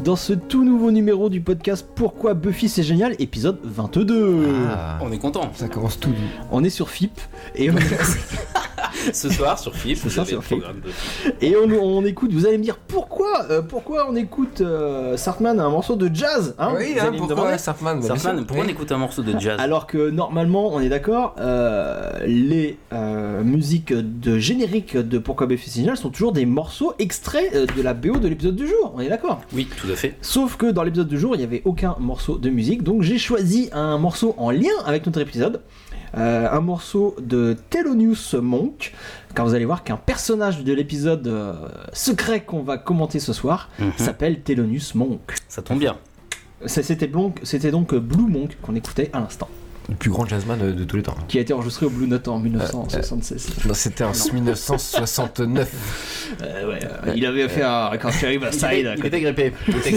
dans ce tout nouveau numéro du podcast Pourquoi Buffy c'est génial, épisode 22. On est content. Ça commence tout doux. On est sur FIP et on Ce soir sur FIP, et on écoute, vous allez me dire pourquoi on écoute Sartman un morceau de jazz, hein? Oui, hein, pourquoi Sartman, pourquoi on écoute un morceau de jazz? Alors que normalement, on est d'accord, les musiques de générique de Pourquoi Buffy c'est génial sont toujours des morceaux extraits de la BO de l'épisode du jour, on est d'accord? Oui, tout à fait. Sauf que dans l'épisode du jour, il n'y avait aucun morceau de musique, donc j'ai choisi un morceau en lien avec notre épisode. Un morceau de Thelonious Monk, car vous allez voir qu'un personnage de l'épisode secret qu'on va commenter ce soir s'appelle Thelonious Monk. Ça tombe bien. C'était donc Blue Monk qu'on écoutait à l'instant. Le plus grand jazzman de tous les temps. Qui a été enregistré au Blue Note en 1976. Non, c'était en 1969. Il avait fait un Country Riverside. Il était grippé.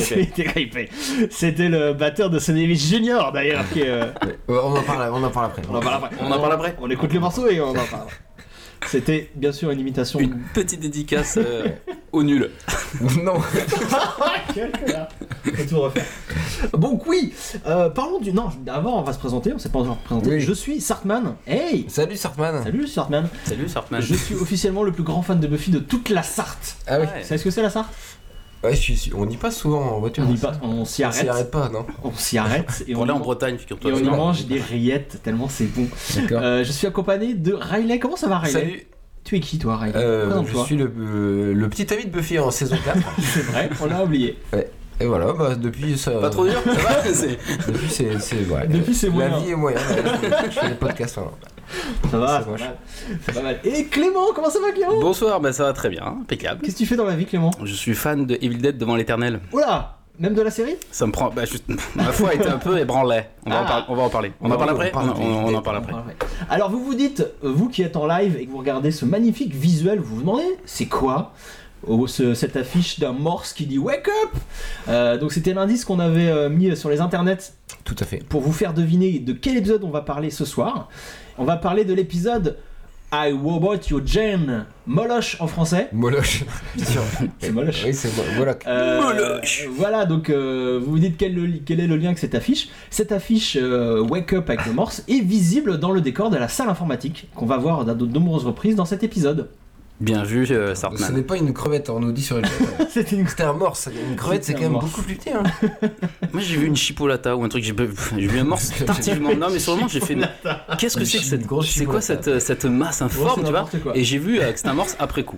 C'était le batteur de Sonny Liston Junior d'ailleurs. On en parle après. On écoute le morceau et on en parle. C'était bien sûr une imitation. Une petite dédicace au nul. Non. Quel connard. Faut tout refaire. Bon, oui. Parlons du. Non, avant on va se présenter. On s'est pas encore présenté. Oui. Je suis Sartman. Hey. Salut Sartman. Salut Sartman. Je suis officiellement le plus grand fan de Buffy de toute la Sarthe. Ah oui. Vous savez ce que c'est la Sarthe? Ouais, on y passe souvent en voiture. On s'y arrête. On s'y arrête pas, non? On s'y arrête. Et on est en Bretagne, figure-toi. Et on y mange des rillettes, tellement c'est bon. D'accord. Je suis accompagné de Riley. Comment ça va, Riley? Salut. Tu es qui, toi, Riley? Je suis le petit ami de Buffy en saison 4. C'est vrai, on l'a oublié. Ouais. Et voilà, depuis ça. Pas trop dur, ça va. Depuis c'est ouais. Depuis c'est moyen. La vie est moyenne. Je fais des podcasts maintenant. Ça va, c'est pas mal. Et Clément, comment ça va, Clément? Bonsoir, ça va très bien, impeccable. Qu'est-ce que tu fais dans la vie, Clément? Je suis fan de Evil Dead devant l'éternel. Oula, même de la série? Ça me prend. Ma foi était un peu ébranlée. On va en parler. On en parle après. On en parle après. Alors vous vous dites, vous qui êtes en live et que vous regardez ce magnifique visuel, vous vous demandez, c'est quoi cette affiche d'un morse qui dit Wake up. Donc c'était l'indice qu'on avait mis sur les internets. Tout à fait. Pour vous faire deviner de quel épisode on va parler ce soir. On va parler de l'épisode I Robot Your Jane, Moloch en français. Moloch. C'est Moloch. Oui, c'est Moloch. Moloch. Voilà, donc vous vous dites quel est le lien avec cette affiche. Cette affiche Wake Up avec le morse est visible dans le décor de la salle informatique qu'on va voir à de nombreuses reprises dans cet épisode. Bien vu, Sartman. Ce n'est pas une crevette, on nous dit sur le chat. C'était un morse. Une crevette, c'est quand même beaucoup plus petit. Hein. Moi, j'ai vu une chipolata ou un truc. J'ai vu un morse tardivement. Non, mais sûrement, j'ai fait. Qu'est-ce que c'est que cette grosse? C'est quoi cette masse informe, tu vois? Et j'ai vu que c'était un morse après coup.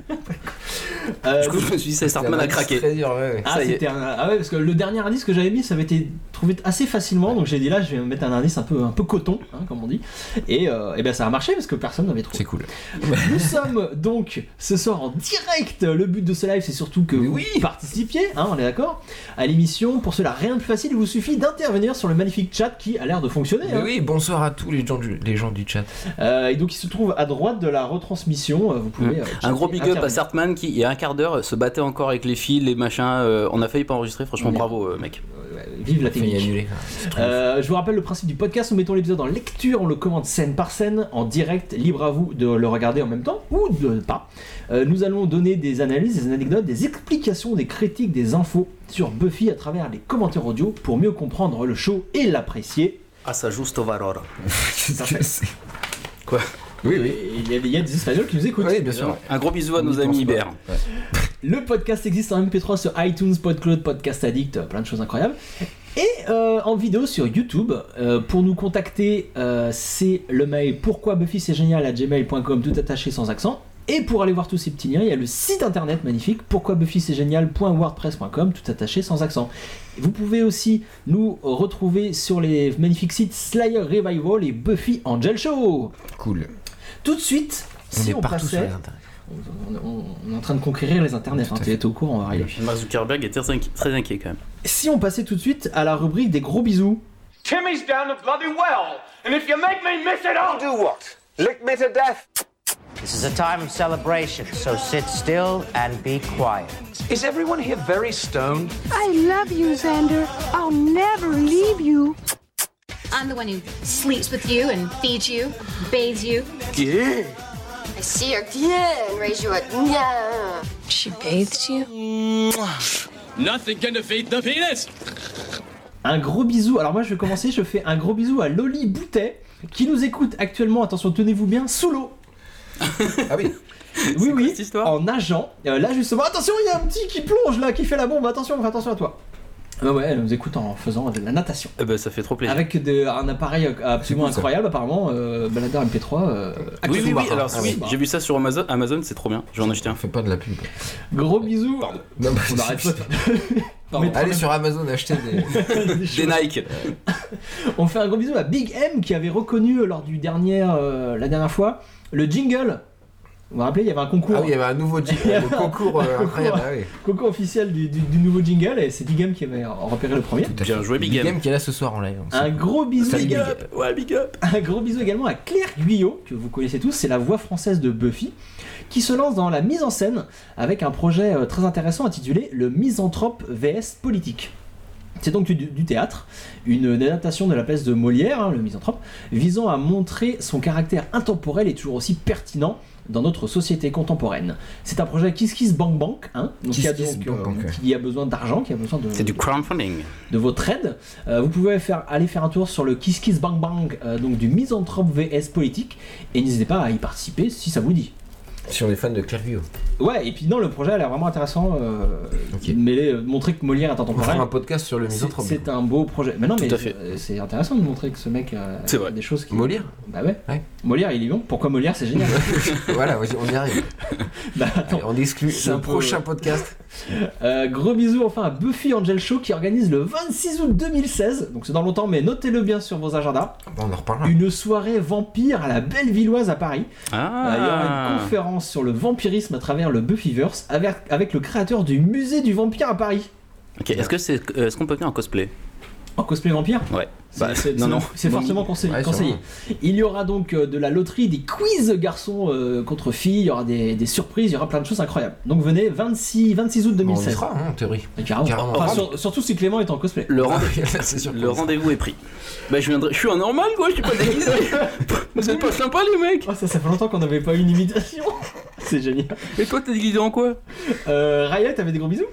Du coup, je me suis dit, ça, Sartman a craqué. Très dur, ouais. Ouais, parce que le dernier indice que j'avais mis, ça avait été trouvé assez facilement. Donc j'ai dit là, je vais mettre un indice un peu coton, hein, comme on dit. Et ben ça a marché parce que personne n'avait trouvé. C'est cool. Nous sommes donc ce soir en direct. Le but de ce live, c'est surtout que vous participiez, hein, on est d'accord, à l'émission. Pour cela, rien de plus facile, il vous suffit d'intervenir sur le magnifique chat qui a l'air de fonctionner. Hein. Oui, bonsoir à tous les gens du chat. Et donc il se trouve à droite de la retransmission. Vous pouvez. Un gros big up à Sartman qui, il y a un quart d'heure, se battait encore avec les fils, les machins. On a failli pas enregistrer, franchement, bravo, mec. Vive la technique. Je vous rappelle le principe du podcast. Nous mettons l'épisode en lecture, on le commente scène par scène, en direct, libre à vous de le regarder en même temps ou de pas. Nous allons donner des analyses, des anecdotes, des explications, des critiques, des infos sur Buffy à travers les commentaires audio pour mieux comprendre le show et l'apprécier. À sa juste valeur. Quoi? Oui. Il y a des Espagnols qui nous écoutent. Oui, bien sûr. Un gros bisou à nos amis Iber. Ouais. Le podcast existe en MP3 sur iTunes, PodCloud, Podcast Addict, plein de choses incroyables. Et en vidéo sur YouTube. Pour nous contacter, c'est le mail pourquoibuffycestgénial@gmail.com, tout attaché sans accent. Et pour aller voir tous ces petits liens, il y a le site internet magnifique pourquoibuffycestgénial.wordpress.com, tout attaché sans accent. Vous pouvez aussi nous retrouver sur les magnifiques sites Slayer Revival et Buffy Angel Show. Cool. Tout de suite, si on passait... On est en train de conquérir les internets, hein, tu es au courant, on va arriver. Mark Zuckerberg est très inquiet quand même. Si on passait tout de suite à la rubrique des gros bisous. Timmy's down the bloody well, and if you make me miss it, I'll do what? Lick me to death? This is a time of celebration, so sit still and be quiet. Is everyone here very stoned? I love you, Xander. I'll never leave you. I'm the one who sleeps with you and feeds you, bathes you. Yeah. I see her and raise you a yeah. She bathed you? Nothing can defeat the penis. Un gros bisou. Alors moi je vais commencer, je fais un gros bisou à Loli Boutet qui nous écoute actuellement, attention tenez-vous bien, sous l'eau. Ah oui. Oui, en nageant. Là justement, attention, il y a un petit qui plonge là, qui fait la bombe, attention, fais attention à toi. Ouais, elle nous écoute en faisant de la natation. Ça fait trop plaisir. Avec un appareil absolument incroyable, apparemment, baladeur MP3. Oui, alors j'ai vu ça sur Amazon, c'est trop bien, je vais en acheter un. Fais pas de la pub. Gros bisous. Pardon. Non, on arrête pas. Allez sur Amazon acheter des Nike. On fait un gros bisou à Big M qui avait reconnu lors du la dernière fois le jingle. Vous vous rappelez, il y avait un concours. Ah oui, il y avait un nouveau jingle, le concours incroyable. Concours officiel du nouveau jingle, et c'est Big M qui avait repéré le premier. Bien joué, Big M. Qui est là ce soir en live. Un gros bisou. Salut, Big Up. Ouais, Big Up. Un gros bisou également à Claire Guyot, que vous connaissez tous, c'est la voix française de Buffy, qui se lance dans la mise en scène avec un projet très intéressant intitulé Le Misanthrope vs Politique. C'est donc du théâtre, une adaptation de la pièce de Molière, le Misanthrope, visant à montrer son caractère intemporel et toujours aussi pertinent dans notre société contemporaine. C'est un projet Kiss Kiss Bank Bank, donc qui a besoin d'argent, qui a besoin de... C'est du crowdfunding. De votre aide. Vous pouvez aller faire un tour sur le Kiss Kiss Bank Bank, donc du Misanthrope vs Politique, et n'hésitez pas à y participer si ça vous dit. Si on est fan de Claire Guyot. Ouais, et puis non, le projet a l'air vraiment intéressant. Montrer que Molière est intemporel. On fera un podcast sur le Misanthrope. C'est un beau projet. Mais non, mais tout à fait. C'est intéressant de montrer que ce mec a des choses qui... Molière. Bah ouais. Molière, il est bon. Pourquoi Molière, c'est génial. Voilà, on y arrive. Attends, on exclut le prochain podcast. Gros bisous enfin à Buffy Angel Show qui organise le 26 août 2016. Donc c'est dans longtemps, mais notez-le bien sur vos agendas. On en reparlera. Une soirée vampire à la Bellevilloise à Paris. Il y aura une conférence sur le vampirisme à travers le Buffyverse avec le créateur du musée du vampire à Paris. Ok, est-ce qu'on peut venir en cosplay? En cosplay vampire? Ouais. C'est fortement conseillé. Il y aura donc de la loterie, des quiz garçons contre filles, il y aura des surprises, il y aura plein de choses incroyables. Donc venez 26 août 2016. On y sera, en théorie. Carrément. Enfin, surtout si Clément est en cosplay. Le rendez-vous est pris. Bah je suis en normal quoi, je suis pas déguisé. Vous êtes pas sympa les mecs. Ça fait longtemps qu'on n'avait pas eu une imitation. C'est génial. Et toi t'es déguisé en quoi? Raya, t'avais des gros bisous?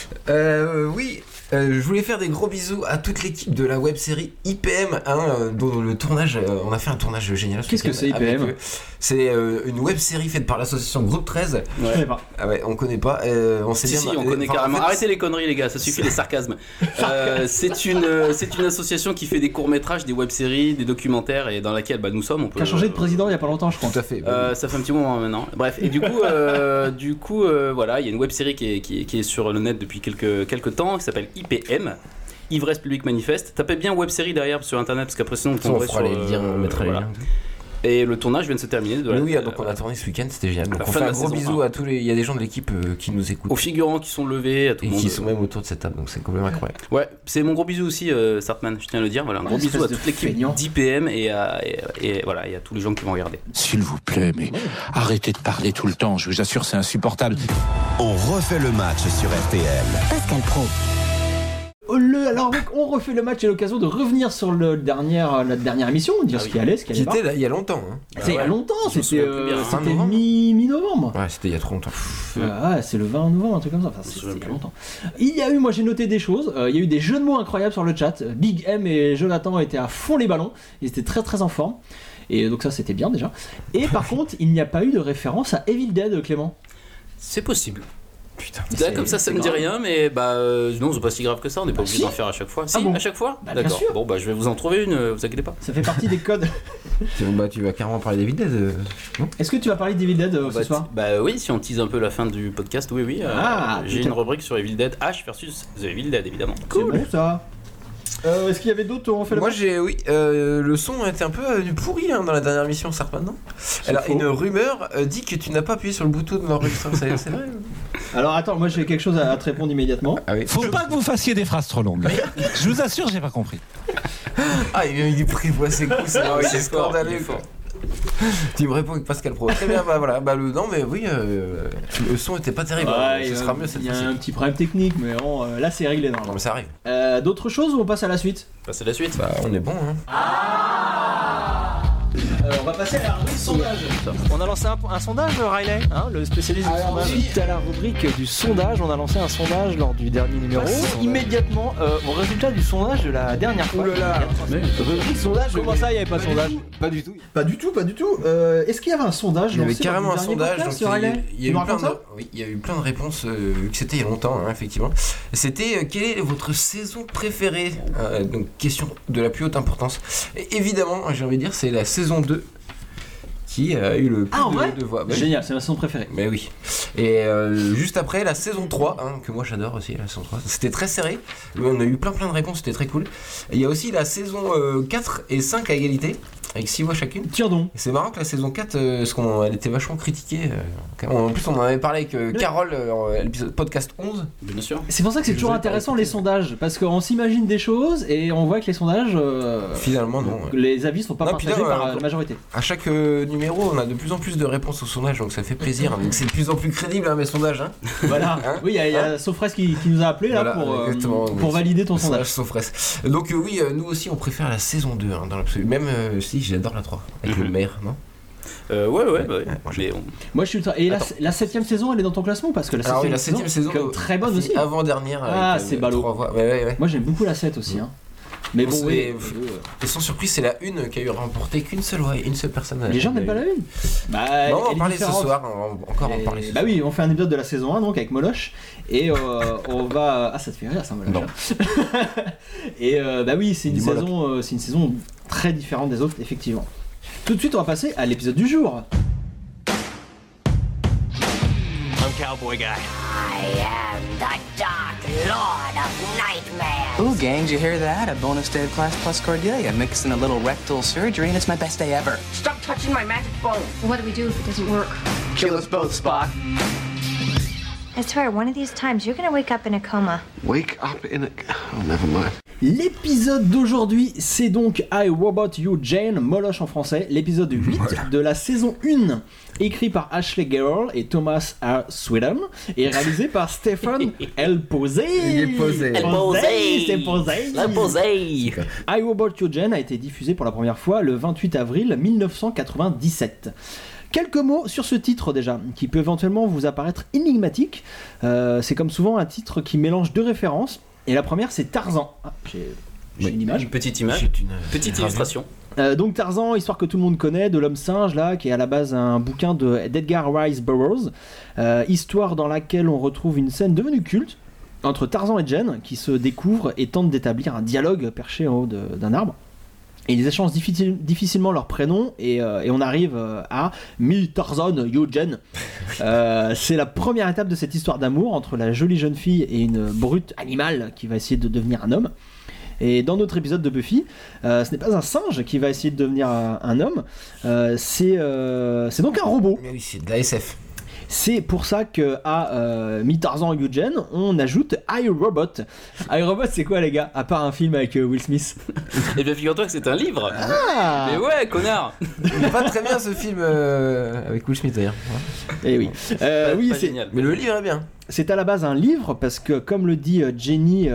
Oui. Je voulais faire des gros bisous à toute l'équipe de la web-série IPM, dont le tournage, on a fait un tournage génial. Qu'est-ce que c'est IPM? C'est une web-série faite par l'association Groupe 13. Je connais pas. Ah ouais, on connaît pas. On sait bien. Si, on connaît carrément. En fait, arrêtez les conneries les gars, ça suffit les sarcasmes. C'est une association qui fait des courts-métrages, des web-séries, des documentaires et dans laquelle nous sommes. Qui a changé de président il y a pas longtemps, je crois. Tout à fait. Ça fait un petit moment maintenant. Bref, et du coup, voilà, il y a une web-série qui est sur le net depuis quelques temps qui s'appelle IPM, Ivresse Publique Manifeste. Tapez bien web série derrière sur internet parce qu'après sinon on tomberait sur les liens, on mettra les liens. Et le tournage vient de se terminer. Donc on a tourné ce week-end, c'était génial. Donc on fait un gros bisou à tous les. Il y a des gens de l'équipe qui nous écoutent. Aux figurants qui sont levés, à tout le monde. Et qui sont même autour de cette table, donc c'est complètement incroyable. Ouais, c'est mon gros bisou aussi, Sartman, je tiens à le dire. Voilà, un gros bisou à toute l'équipe d'IPM et à tous les gens qui vont regarder. S'il vous plaît, mais arrêtez de parler tout le temps, je vous assure, c'est insupportable. On refait le match sur RTL. Pascal Pro. Alors on refait le match à l'occasion de revenir sur la dernière émission, dire ce qui allait, ce qui allait pas. C'était il y a longtemps. C'est il y a longtemps, c'était mi-novembre. Ouais, c'était il y a trop longtemps. C'est le 20 novembre, un truc comme ça. Enfin, c'était il y a longtemps. Il y a eu, moi j'ai noté des choses, il y a eu des jeux de mots incroyables sur le chat. Big M et Jonathan étaient à fond les ballons, ils étaient très très en forme. Et donc ça c'était bien déjà. Et par contre, il n'y a pas eu de référence à Evil Dead, Clément. C'est possible. Putain, là, comme ça me dit rien, mais non, c'est pas si grave que ça, on n'est pas obligé d'en faire à chaque fois. Si, à chaque fois. D'accord. Bon, je vais vous en trouver une, vous inquiétez pas. Ça fait partie des codes. Tu vas carrément parler d'Evil Dead. Est-ce que tu vas parler d'Evil Dead ce soir? Oui, si on tease un peu la fin du podcast, oui. J'ai une rubrique sur Evil Dead H versus The Evil Dead, évidemment. Cool. C'est bon ça. Est-ce qu'il y avait d'autres? Moi le son était un peu pourri dans la dernière émission, Sarpan, non? Alors une rumeur dit que tu n'as pas appuyé sur le bouton de l'enregistrement, c'est vrai? Alors attends, moi j'ai quelque chose à te répondre immédiatement. Ah oui. Faut pas que vous fassiez des phrases trop longues. Je vous assure, j'ai pas compris. Il prévoit ses coups, c'est scandaleux quoi. Tu me réponds avec Pascal Pro. Très bien, voilà. Non, mais oui, le son était pas terrible. Ce sera mieux cette fois-ci. Il y a un petit problème technique, mais bon, là c'est réglé normalement. Non, mais ça arrive. D'autres choses ou on passe à la suite? Passe à la suite. On est bon, hein. On va passer à la rubrique sondage. On a lancé un sondage, Riley, le spécialiste du sondage. Suite à la rubrique du sondage, on a lancé un sondage lors du dernier numéro. Immédiatement, au résultat du sondage de la dernière fois. Ouh là là. Rubrique sondage. Comment ça, il n'y avait pas de sondage? Pas du tout. Pas du tout. Est-ce qu'il y avait un sondage? Il y avait carrément un sondage. Il y a eu plein de réponses, vu que c'était il y a longtemps, effectivement. C'était quelle est votre saison préférée? Donc question de la plus haute importance. Et évidemment, j'ai envie de dire, c'est la saison 2 qui a eu le plus de voix. Génial, c'est ma saison préférée. Mais oui. Et juste après, la saison 3, que moi j'adore aussi, la saison 3. C'était très serré. On a eu plein de réponses, c'était très cool. Et il y a aussi la saison 4 et 5 à égalité, avec 6 voix chacune. Tiens donc. Et c'est marrant que la saison 4, parce qu'elle était vachement critiquée. En plus, on en avait parlé avec Carole, l'épisode podcast 11. Bien sûr. C'est pour ça que c'est toujours intéressant les sondages, parce qu'on s'imagine des choses et on voit que les sondages. Finalement, non. Les avis sont pas partagés par la majorité. À chaque numéro, on a de plus en plus de réponses aux sondages, donc ça fait plaisir. Donc c'est de plus en plus crédible, mes sondages. Voilà. Oui, il y a Sofres qui nous a appelé là pour valider ton sondage. Sofres. Donc oui, nous aussi, on préfère la saison 2 dans l'absolu. Même si j'adore la 3 avec le maire, non? Ouais. Moi je suis et la 7ème saison, elle est dans ton classement parce que la 7ème saison très bonne aussi. Avant-dernière. C'est ballot. Moi j'aime beaucoup la 7 aussi. Mais bon, et sans surprise, c'est la 1 qui a eu remporté qu'une seule personne. Les gens n'aiment pas la 1. On va en parler ce soir. En parler. Bah oui, on fait un épisode de la saison 1 donc avec Moloch et on va. Ah, ça te fait rire ça, Moloch. Et bah oui, c'est une saison très différente des autres, effectivement. Tout de suite, on va passer à l'épisode du jour. I'm Cowboy Guy. I am the Dark Lord of Nightmare. Ooh, gang, did you hear that? A bonus day of Class Plus Cordelia, mixing a little rectal surgery, and it's my best day ever. Stop touching my magic bone. What do we do if it doesn't work? Kill us both, Spock. I swear, one of these times you're gonna wake up in a coma. Wake up in a... Oh, never mind. L'épisode d'aujourd'hui, c'est donc I, Robot, You, Jane, Moloch en français, l'épisode 8 de la saison 1, écrit par Ashley Garrell et Thomas R. Sweden, et réalisé par Stephen L. Posey. I, Robot, You, Jane a été diffusé pour la première fois le 28 avril 1997. Quelques mots sur ce titre déjà, qui peut éventuellement vous apparaître énigmatique. C'est comme souvent un titre qui mélange deux références. Et la première, c'est Tarzan. J'ai une image. Une petite image. Petite illustration. Donc Tarzan, histoire que tout le monde connaît, de l'homme singe là, qui est à la base un bouquin d'Edgar Rice Burroughs, histoire dans laquelle on retrouve une scène devenue culte entre Tarzan et Jane, qui se découvrent et tentent d'établir un dialogue perché en haut d'un arbre. Et ils échangent difficilement leurs prénoms et on arrive à Me Tarzan, You Jen. C'est la première étape de cette histoire d'amour entre la jolie jeune fille et une brute animale qui va essayer de devenir un homme. Et dans notre épisode de Buffy, ce n'est pas un singe qui va essayer de devenir un homme, c'est donc un robot. Mais oui, c'est de la SF. C'est pour ça qu'à Me Tarzan Eugen, on ajoute I, Robot. I, Robot, c'est quoi, les gars? À part un film avec Will Smith. Et bien, figure-toi que c'est un livre. Ah. Mais ouais, connard. Il est pas très bien ce film avec Will Smith d'ailleurs. Et oui. Oui, c'est génial. Mais le livre est bien. C'est à la base un livre parce que, comme le dit Jenny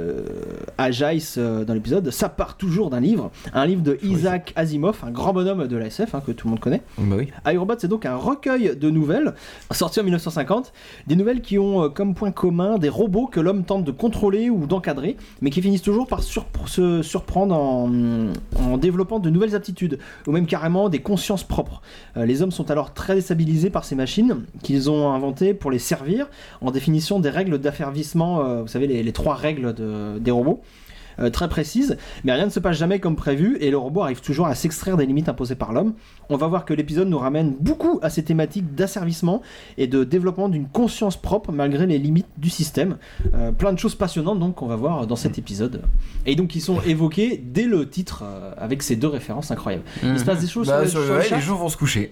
à Jace dans l'épisode, ça part toujours d'un livre. Un livre de Isaac Asimov, un grand bonhomme de la SF que tout le monde connaît. Bah oui. iRobot, c'est donc un recueil de nouvelles sorti en 1950. Des nouvelles qui ont comme point commun des robots que l'homme tente de contrôler ou d'encadrer, mais qui finissent toujours par se surprendre en développant de nouvelles aptitudes, ou même carrément des consciences propres. Les hommes sont alors très déstabilisés par ces machines qu'ils ont inventées pour les servir, en définition des règles d'affermissement, vous savez, les 3 règles des robots, très précises, mais rien ne se passe jamais comme prévu et le robot arrive toujours à s'extraire des limites imposées par l'homme. On va voir que l'épisode nous ramène beaucoup à ces thématiques d'asservissement et de développement d'une conscience propre malgré les limites du système. Plein de choses passionnantes donc qu'on va voir dans cet épisode. Et donc qui sont évoquées dès le titre avec ces 2 références incroyables. Il se passe des choses sur le chat. Les gens vont se coucher.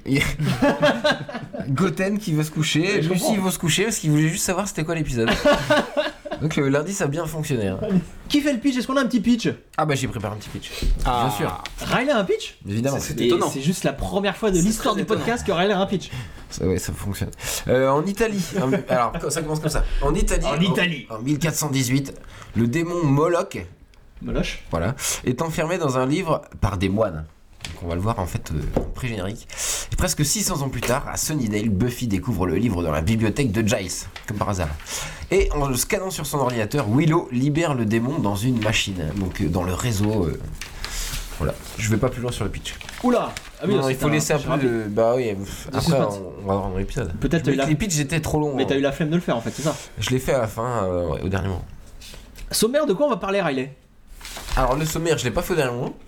Goten qui veut se coucher, Lucie veut se coucher parce qu'il voulait juste savoir c'était quoi l'épisode. Donc lundi ça a bien fonctionné. Qui fait le pitch? Est-ce qu'on a un petit pitch? Ah bah j'ai préparé un petit pitch. Bien sûr. Riley a un pitch? Évidemment. C'est étonnant. C'est juste la première fois de l'histoire du podcast que Riley a un pitch. Ça fonctionne. En Italie, alors ça commence comme ça. En Italie. En 1418, le démon Moloch, voilà, est enfermé dans un livre par des moines. on va le voir en fait en pré-générique. Et presque 600 ans plus tard, à Sunnydale, Buffy découvre le livre dans la bibliothèque de Giles, comme par hasard. Et en le scannant sur son ordinateur, Willow libère le démon dans une machine, donc dans le réseau. Voilà, je vais pas plus loin sur le pitch. Oula. Ah oui, non, il faut laisser un peu de... Bah oui, après on va voir dans l'épisode. Peut-être les pitchs étaient trop longs. Mais t'as eu la flemme de le faire en fait, c'est ça? Je l'ai fait à la fin, au dernier moment. Sommaire, de quoi on va parler, Riley? Alors le sommaire, je l'ai pas fait au dernier moment.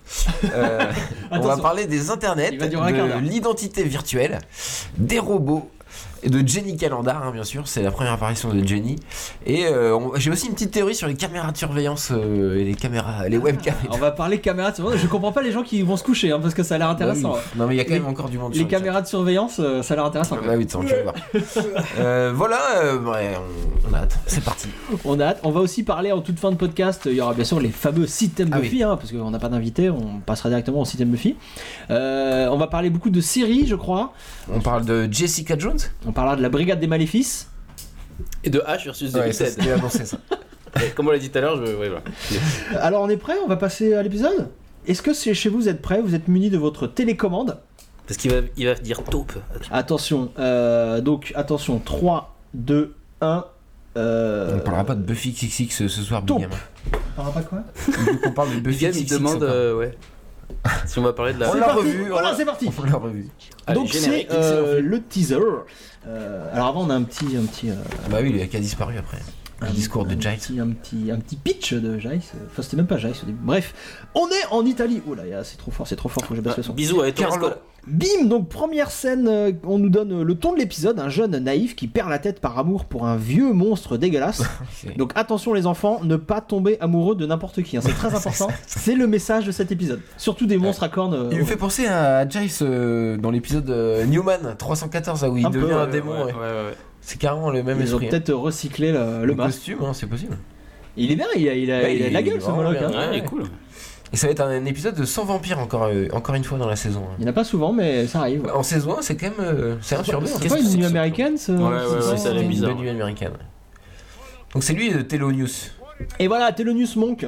On va parler des internets, de l'identité virtuelle, des robots, et de Jenny Calendar, bien sûr, c'est la première apparition de Jenny. Et j'ai aussi une petite théorie sur les caméras de surveillance et les webcams. On va parler caméras de surveillance. Je comprends pas les gens qui vont se coucher parce que ça a l'air intéressant. Bah oui. Non mais il y a quand même encore du monde. Les caméras de surveillance, ça a l'air intéressant. Bah oui, tu vas voir. Voilà, on a hâte. C'est parti. On a hâte. On va aussi parler en toute fin de podcast. Il y aura bien sûr les fameux systèmes Buffy, parce qu'on n'a pas d'invité. On passera directement au système Buffy. On va parler beaucoup de séries, je crois. On parle de Jessica Jones. On parlera de la Brigade des Maléfices. Et de H versus The Walking Dead. J'ai annoncé ça. Comme on l'a dit tout à l'heure, voilà. Alors on est prêt? On va passer à l'épisode? Est-ce que chez vous êtes prêts? Vous êtes munis de votre télécommande? Parce qu'il va dire taupe. Attention, donc attention, 3, 2, 1. On ne parlera pas de Buffy XXX ce soir, Big Game. On parlera pas de quoi? On parle de Buffy XXX. Il demande, ouais. Si on va parler de la... On l'a revu. Voilà, c'est parti. On l'a revu. Donc c'est le teaser. Alors avant on a un petit. Bah oui, il a disparu après. Un discours de Giles. Un petit pitch de Giles. Enfin c'était même pas Giles au début. Bref, on est en Italie. Oh là, c'est trop fort, faut que je baisse le son. Bisous à Carlo. Bim, donc première scène, on nous donne le ton de l'épisode, un jeune naïf qui perd la tête par amour pour un vieux monstre dégueulasse. Donc attention les enfants, ne pas tomber amoureux de n'importe qui, c'est très important, c'est le message de cet épisode. Surtout des monstres à cornes. Il me fait penser à Giles dans l'épisode Newman 314, où il devient un démon. Ouais. C'est carrément le même esprit. Ils ont peut-être recyclé le costume, c'est possible. Il est bien, il a de la gueule ce Moloch. Ouais, il est cool. Et ça va être un épisode de 100 vampires encore une fois dans la saison. Il n'y en a pas souvent, mais ça arrive. En saison 1, c'est quand même. C'est un sur deux. C'est pas une nuit américaine Ouais, ça a l'air bizarre. Une nuit américaine. Donc c'est lui de Thelonious. Et voilà, Thelonious Monk.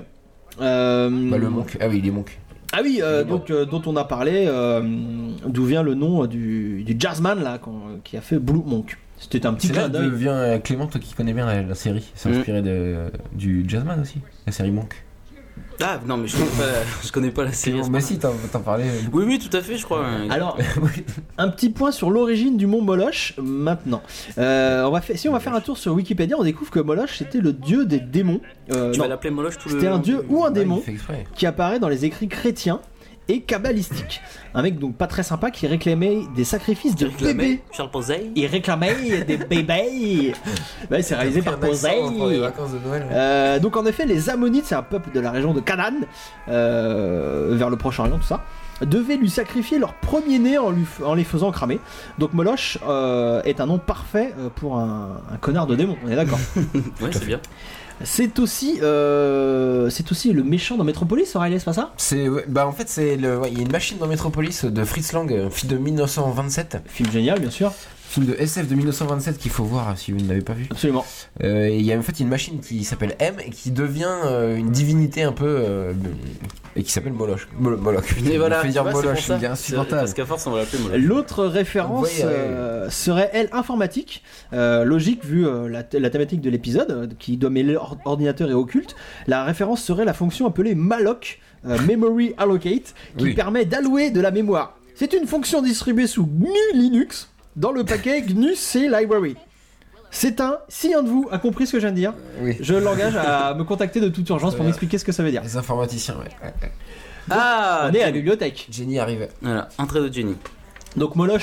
Le Monk. Ah oui, il est Monk. Ah oui, donc dont on a parlé, d'où vient le nom du jazzman là, qui a fait Blue Monk. C'était un petit clin d'œil. Vient Clément, toi qui connais bien la série. C'est inspiré du jazzman aussi, la série Monk. Ah non mais je connais pas la série. Mais si t'en parlais. Oui tout à fait je crois. Alors un petit point sur l'origine du mont Moloch maintenant. On va faire un tour sur Wikipédia, on découvre que Moloch c'était le dieu des démons. Tu vas l'appeler Moloch tout le. C'était un dieu ou un démon qui apparaît dans les écrits chrétiens et kabbalistiques. Un mec donc pas très sympa qui réclamait des sacrifices de bébés. Charles Posey. Il réclamait des bébés. Ouais, c'est réalisé par Posey. Donc en effet, les Ammonites, c'est un peuple de la région de Canaan, vers le Proche-Orient, tout ça, devaient lui sacrifier leur premier-né en les faisant cramer. Donc Moloch est un nom parfait pour un connard de démon. On est d'accord? Ouais, c'est bien. C'est aussi le méchant dans Metropolis, Riley, c'est pas ça? En fait il y a une machine dans Metropolis de Fritz Lang, un film de 1927. Film génial, bien sûr. Film de SF de 1927 qu'il faut voir si vous ne l'avez pas vu. Absolument. Il y a en fait une machine qui s'appelle M et qui devient une divinité un peu et qui s'appelle Moloch. Et voilà, dire Moloch, c'est insupportable. Parce qu'à force on va l'appeler Moloch. L'autre référence serait elle informatique, logique vu la thématique de l'épisode qui doit mêler ordinateur et occulte. La référence serait la fonction appelée malloc, Memory Allocate, qui permet d'allouer de la mémoire. C'est une fonction distribuée sous GNU Linux dans le paquet GNU C Library. Si un de vous a compris ce que je viens de dire, je l'engage à me contacter de toute urgence pour m'expliquer ce que ça veut dire. Les informaticiens, on est à la bibliothèque. Jenny arrive. Voilà, entrée de Jenny. Donc Moloch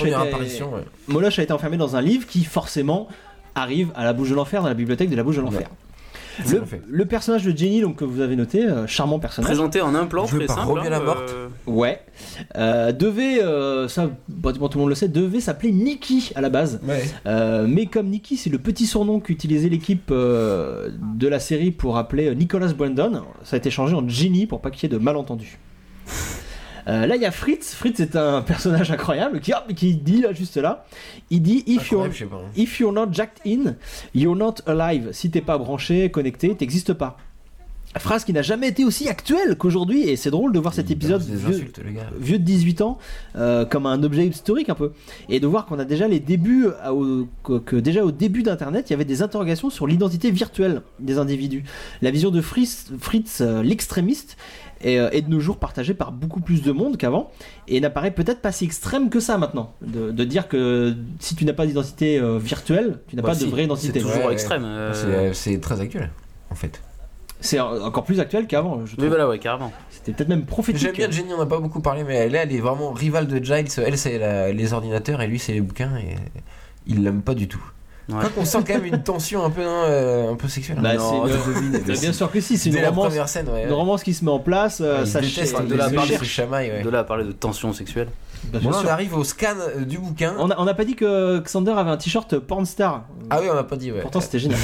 a été enfermé dans un livre qui forcément arrive à la bouche de l'enfer, dans la bibliothèque de la bouche de l'enfer. Le personnage de Jenny, donc que vous avez noté, charmant personnage. Présenté en un plan très simple. La morte. Ouais. Devait, ça, pratiquement tout le monde le sait, devait s'appeler Nikki à la base. Ouais. Mais comme Nikki, c'est le petit surnom qu'utilisait l'équipe de la série pour appeler Nicholas Brandon, ça a été changé en Jenny pour pas qu'il y ait de malentendus. Là il y a Fritz. Fritz est un personnage incroyable qui dit là, juste là, il dit if you're not jacked in, you're not alive. Si t'es pas branché, connecté, t'existes pas. Phrase qui n'a jamais été aussi actuelle qu'aujourd'hui, et c'est drôle de voir cet épisode vieux de 18 ans comme un objet historique un peu, et de voir qu'on a déjà les débuts, déjà au début d'Internet, il y avait des interrogations sur l'identité virtuelle des individus. La vision de Fritz l'extrémiste, est de nos jours partagée par beaucoup plus de monde qu'avant, et n'apparaît peut-être pas si extrême que ça maintenant, de dire que si tu n'as pas d'identité virtuelle, tu n'as pas de vraie identité. C'est toujours extrême. C'est très actuel, en fait. C'est encore plus actuel qu'avant, je trouve. Oui, voilà, ouais, carrément. C'était peut-être même prophétique. J'aime bien Jenny, on n'a pas beaucoup parlé, mais elle est vraiment rivale de Giles. Elle, c'est les ordinateurs et lui, c'est les bouquins, et il l'aime pas du tout. Ouais. Quoi qu'on sent quand même une tension un peu sexuelle. Bah, bien sûr que si, c'est une romance, scène, une romance qui se met en place. Ça déteste de là à parler de tension sexuelle. Bon, là, on arrive au scan du bouquin. On n'a pas dit que Xander avait un t-shirt pornstar. Ah oui, on n'a pas dit, ouais. Pourtant, c'était génial.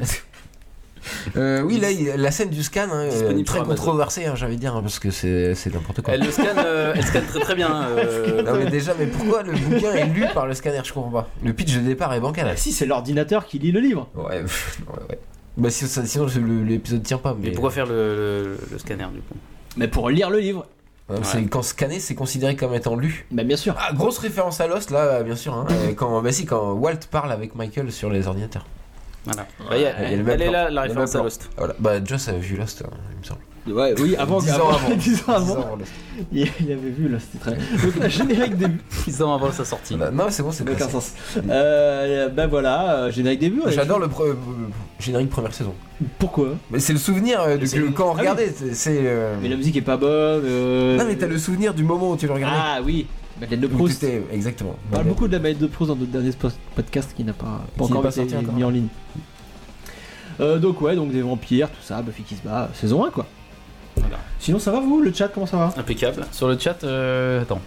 Oui, là, la scène du scan, très controversée, j'allais dire, parce que c'est n'importe quoi. Elle scanne très très bien. Non, mais déjà, mais pourquoi le bouquin est lu par le scanner? Je comprends pas. Le pitch de départ est bancal. Si, c'est l'ordinateur qui lit le livre. Ouais. Bah, sinon l'épisode tient pas. Mais pourquoi faire le scanner du coup? Mais pour lire le livre. Quand scanner, c'est considéré comme étant lu. Bah, bien sûr. Ah, grosse référence à Lost, là, bien sûr. Hein. quand Walt parle avec Michael sur les ordinateurs. Voilà. Elle est là, la référence à Lost. Voilà. Bah, Joss avait vu Lost, il me semble. Ouais, oui, avant. 10 ans avant. 10 ans avant. Il avait vu Lost, c'était très. Donc, la générique début. 10 ans avant sa sortie. Non, c'est bon, c'est aucun sens. Ben voilà, générique début. J'adore le générique première saison. Pourquoi? Mais c'est le souvenir quand on regardait. Mais la musique est pas bonne. Non, mais t'as le souvenir du moment où tu le regardais. Ah oui. Madeleine de Proust. Exactement. On parle beaucoup de la Madeleine de Proust dans notre dernier podcast qui n'a pas encore été mis en ligne. Donc des vampires, tout ça, Buffy qui se bat, saison 1 quoi. Voilà. Sinon ça va vous, le chat, comment ça va? Impeccable. Sur le chat, attends.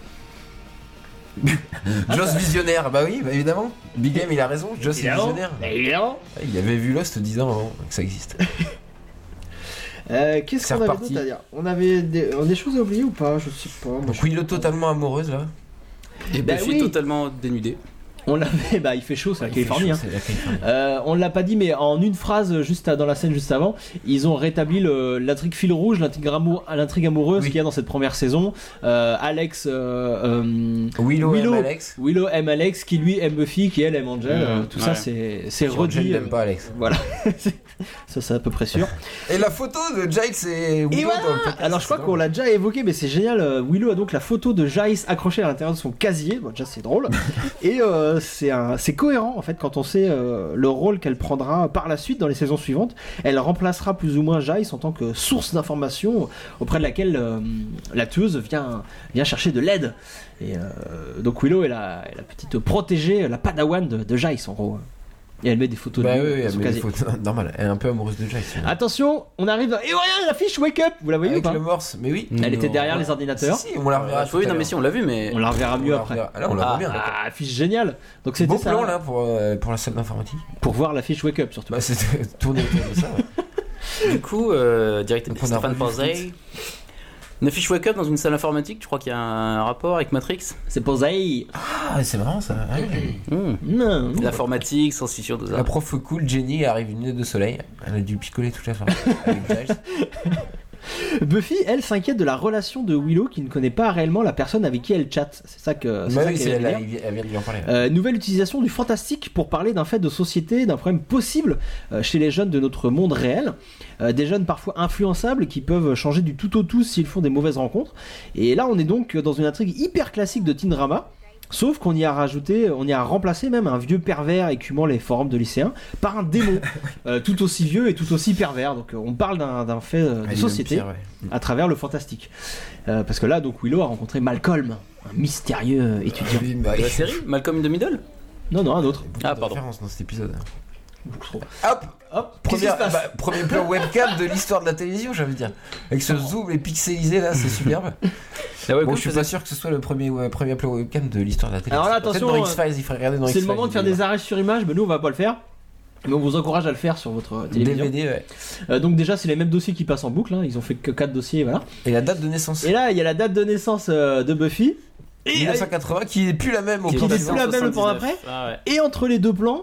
Joss visionnaire, bah oui, bah évidemment. Big Game il a raison, Joss est visionnaire. Il avait vu Lost 10 ans avant que ça existe. Qu'est-ce qu'on avait d'autre à dire? On avait des choses à oublier ou pas? Je sais pas. Donc Willow totalement amoureuse là. Et Buffy totalement dénudée. On l'avait, il fait chaud, c'est la Californie. On l'a pas dit, mais en une phrase, dans la scène juste avant, ils ont rétabli l'intrigue fil rouge, l'intrigue amoureuse qu'il y a dans cette première saison. Alex, Willow aime Alex, qui lui aime Buffy, qui elle aime Angel. Tout ça, c'est redit. Angel n'aime pas Alex. Voilà, ça c'est à peu près sûr. Et la photo de Giles et Willow dans le podcast. Alors je crois qu'on l'a déjà évoqué, mais c'est génial. Willow a donc la photo de Giles accrochée à l'intérieur de son casier. Bon, déjà c'est drôle. Et c'est cohérent en fait quand on sait le rôle qu'elle prendra par la suite dans les saisons suivantes. Elle remplacera plus ou moins Giles en tant que source d'information auprès de laquelle la tueuse vient chercher de l'aide. Et donc Willow est la petite protégée, la padawan de Giles en gros. Et elle met des photos de lui. Elle met des photos. Normal, elle est un peu amoureuse de Giles. Attention, on arrive. Et regarde la fiche Wake Up. Vous la voyez avec ou pas? le morse, mais oui. Elle était derrière les ordinateurs. Si, on la reverra. Oui, non, mais si, on l'a vu, mais. On la reverra mieux après. Là, on la voit bien. Fiche géniale. Donc c'était beau ça. plan là pour la salle d'informatique. Pour voir la fiche Wake Up surtout. Bah, c'était tourné autour de ça. Du coup, directeur Stéphane Porzay. Une fiche Wake Up dans une salle informatique, tu crois qu'il y a un rapport avec Matrix? C'est Porzay. Ah, c'est marrant ça. Non. L'informatique, science-fiction, tout ça. La prof cool, Jenny, arrive une lunettes de soleil. Elle a dû picoler toute la soirée avec Giles. Buffy, elle, s'inquiète de la relation de Willow qui ne connaît pas réellement la personne avec qui elle chatte. C'est ça que. Elle vient de lui en parler. Nouvelle utilisation du fantastique pour parler d'un fait de société, d'un problème possible chez les jeunes de notre monde réel. Des jeunes parfois influençables qui peuvent changer du tout au tout s'ils font des mauvaises rencontres. Et là, on est donc dans une intrigue hyper classique de teen drama. Sauf qu'on y a remplacé même un vieux pervers écumant les forums de lycéens par un démon tout aussi vieux et tout aussi pervers. Donc on parle d'un fait de société à travers le fantastique. Parce que là, donc Willow a rencontré Malcolm, un mystérieux étudiant. La série Malcolm in the Middle? Non, un autre. Ah, pardon. Référence dans cet épisode. Hop, premier plan webcam de l'histoire de la télévision, j'avais dire. Avec ce zoom et pixelisé là, c'est superbe. Bon, je suis pas sûr que ce soit le premier plan webcam de l'histoire de la télévision. Alors là, attention, dans X-Files, il faudrait regarder dans X-Files. C'est le moment de faire des arrêts sur image, mais nous on va pas le faire. Mais on vous encourage à le faire sur votre télévision. DVD, ouais. Donc déjà, c'est les mêmes dossiers qui passent en boucle. Hein. Ils ont fait que 4 dossiers, voilà. Et la date de naissance. Et là, il y a la date de naissance de Buffy. Et 1980 qui est plus la même au plan d'après. Et entre les deux plans,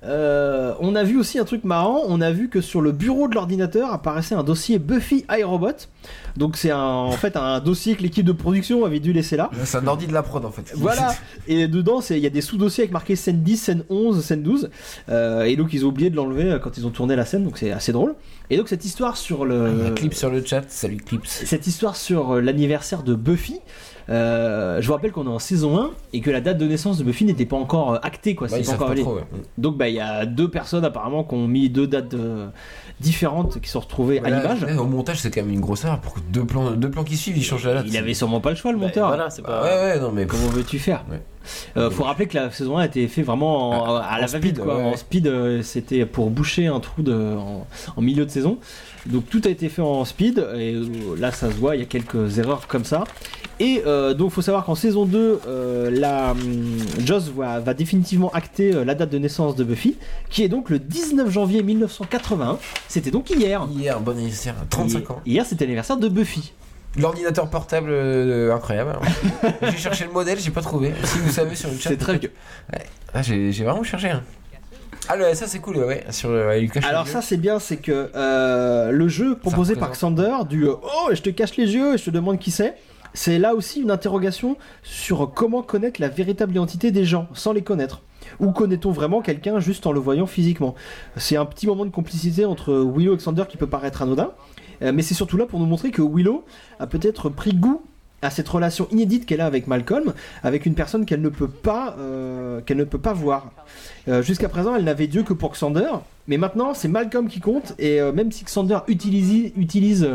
On a vu aussi un truc marrant, on a vu que sur le bureau de l'ordinateur apparaissait un dossier Buffy iRobot. Donc c'est en fait un dossier que l'équipe de production avait dû laisser là. C'est un ordi de la prod en fait. Voilà, et dedans il y a des sous-dossiers avec marqué scène 10, scène 11, scène 12. Et donc ils ont oublié de l'enlever quand ils ont tourné la scène, donc c'est assez drôle. Et donc cette histoire sur le... Clip sur le chat, salut Clips. Cette histoire sur l'anniversaire de Buffy, je vous rappelle qu'on est en saison 1 et que la date de naissance de Buffy n'était pas encore actée, quoi. Bah, c'est pas encore pas trop, ouais. Donc il y a 2 personnes apparemment qui ont mis 2 dates différentes qui sont retrouvées à l'image. Au montage, c'est quand même une grosse erreur pour que deux plans qui suivent, ils changent la date. Il avait sûrement pas le choix, le monteur. Voilà, c'est pas... Ouais, non mais comment veux-tu faire? Faut rappeler que la saison 1 a été fait vraiment à la va-vite, quoi. En speed, c'était pour boucher un trou en milieu de saison. Donc tout a été fait en speed et là ça se voit, il y a quelques erreurs comme ça. Et donc faut savoir qu'en saison 2, Joss va définitivement acter la date de naissance de Buffy, qui est donc le 19 janvier 1981. C'était donc hier. Hier, bon anniversaire, 35 ans. Hier c'était l'anniversaire de Buffy. L'ordinateur portable incroyable. J'ai cherché le modèle, j'ai pas trouvé. Si vous savez sur le chat. C'est très vieux. Ouais. Ah, j'ai vraiment cherché. Ah, ça c'est cool, ouais. Sur Lucas. Alors ça c'est bien, c'est que le jeu proposé par Xander du oh je te cache les yeux et je te demande qui c'est là aussi une interrogation sur comment connaître la véritable identité des gens sans les connaître. Ou connaît-on vraiment quelqu'un juste en le voyant physiquement? C'est un petit moment de complicité entre Willow et Xander qui peut paraître anodin, mais c'est surtout là pour nous montrer que Willow a peut-être pris goût à cette relation inédite qu'elle a avec Malcolm, avec une personne qu'elle ne peut pas voir. Jusqu'à présent, elle n'avait Dieu que pour Xander, mais maintenant c'est Malcolm qui compte, et même si Xander utilise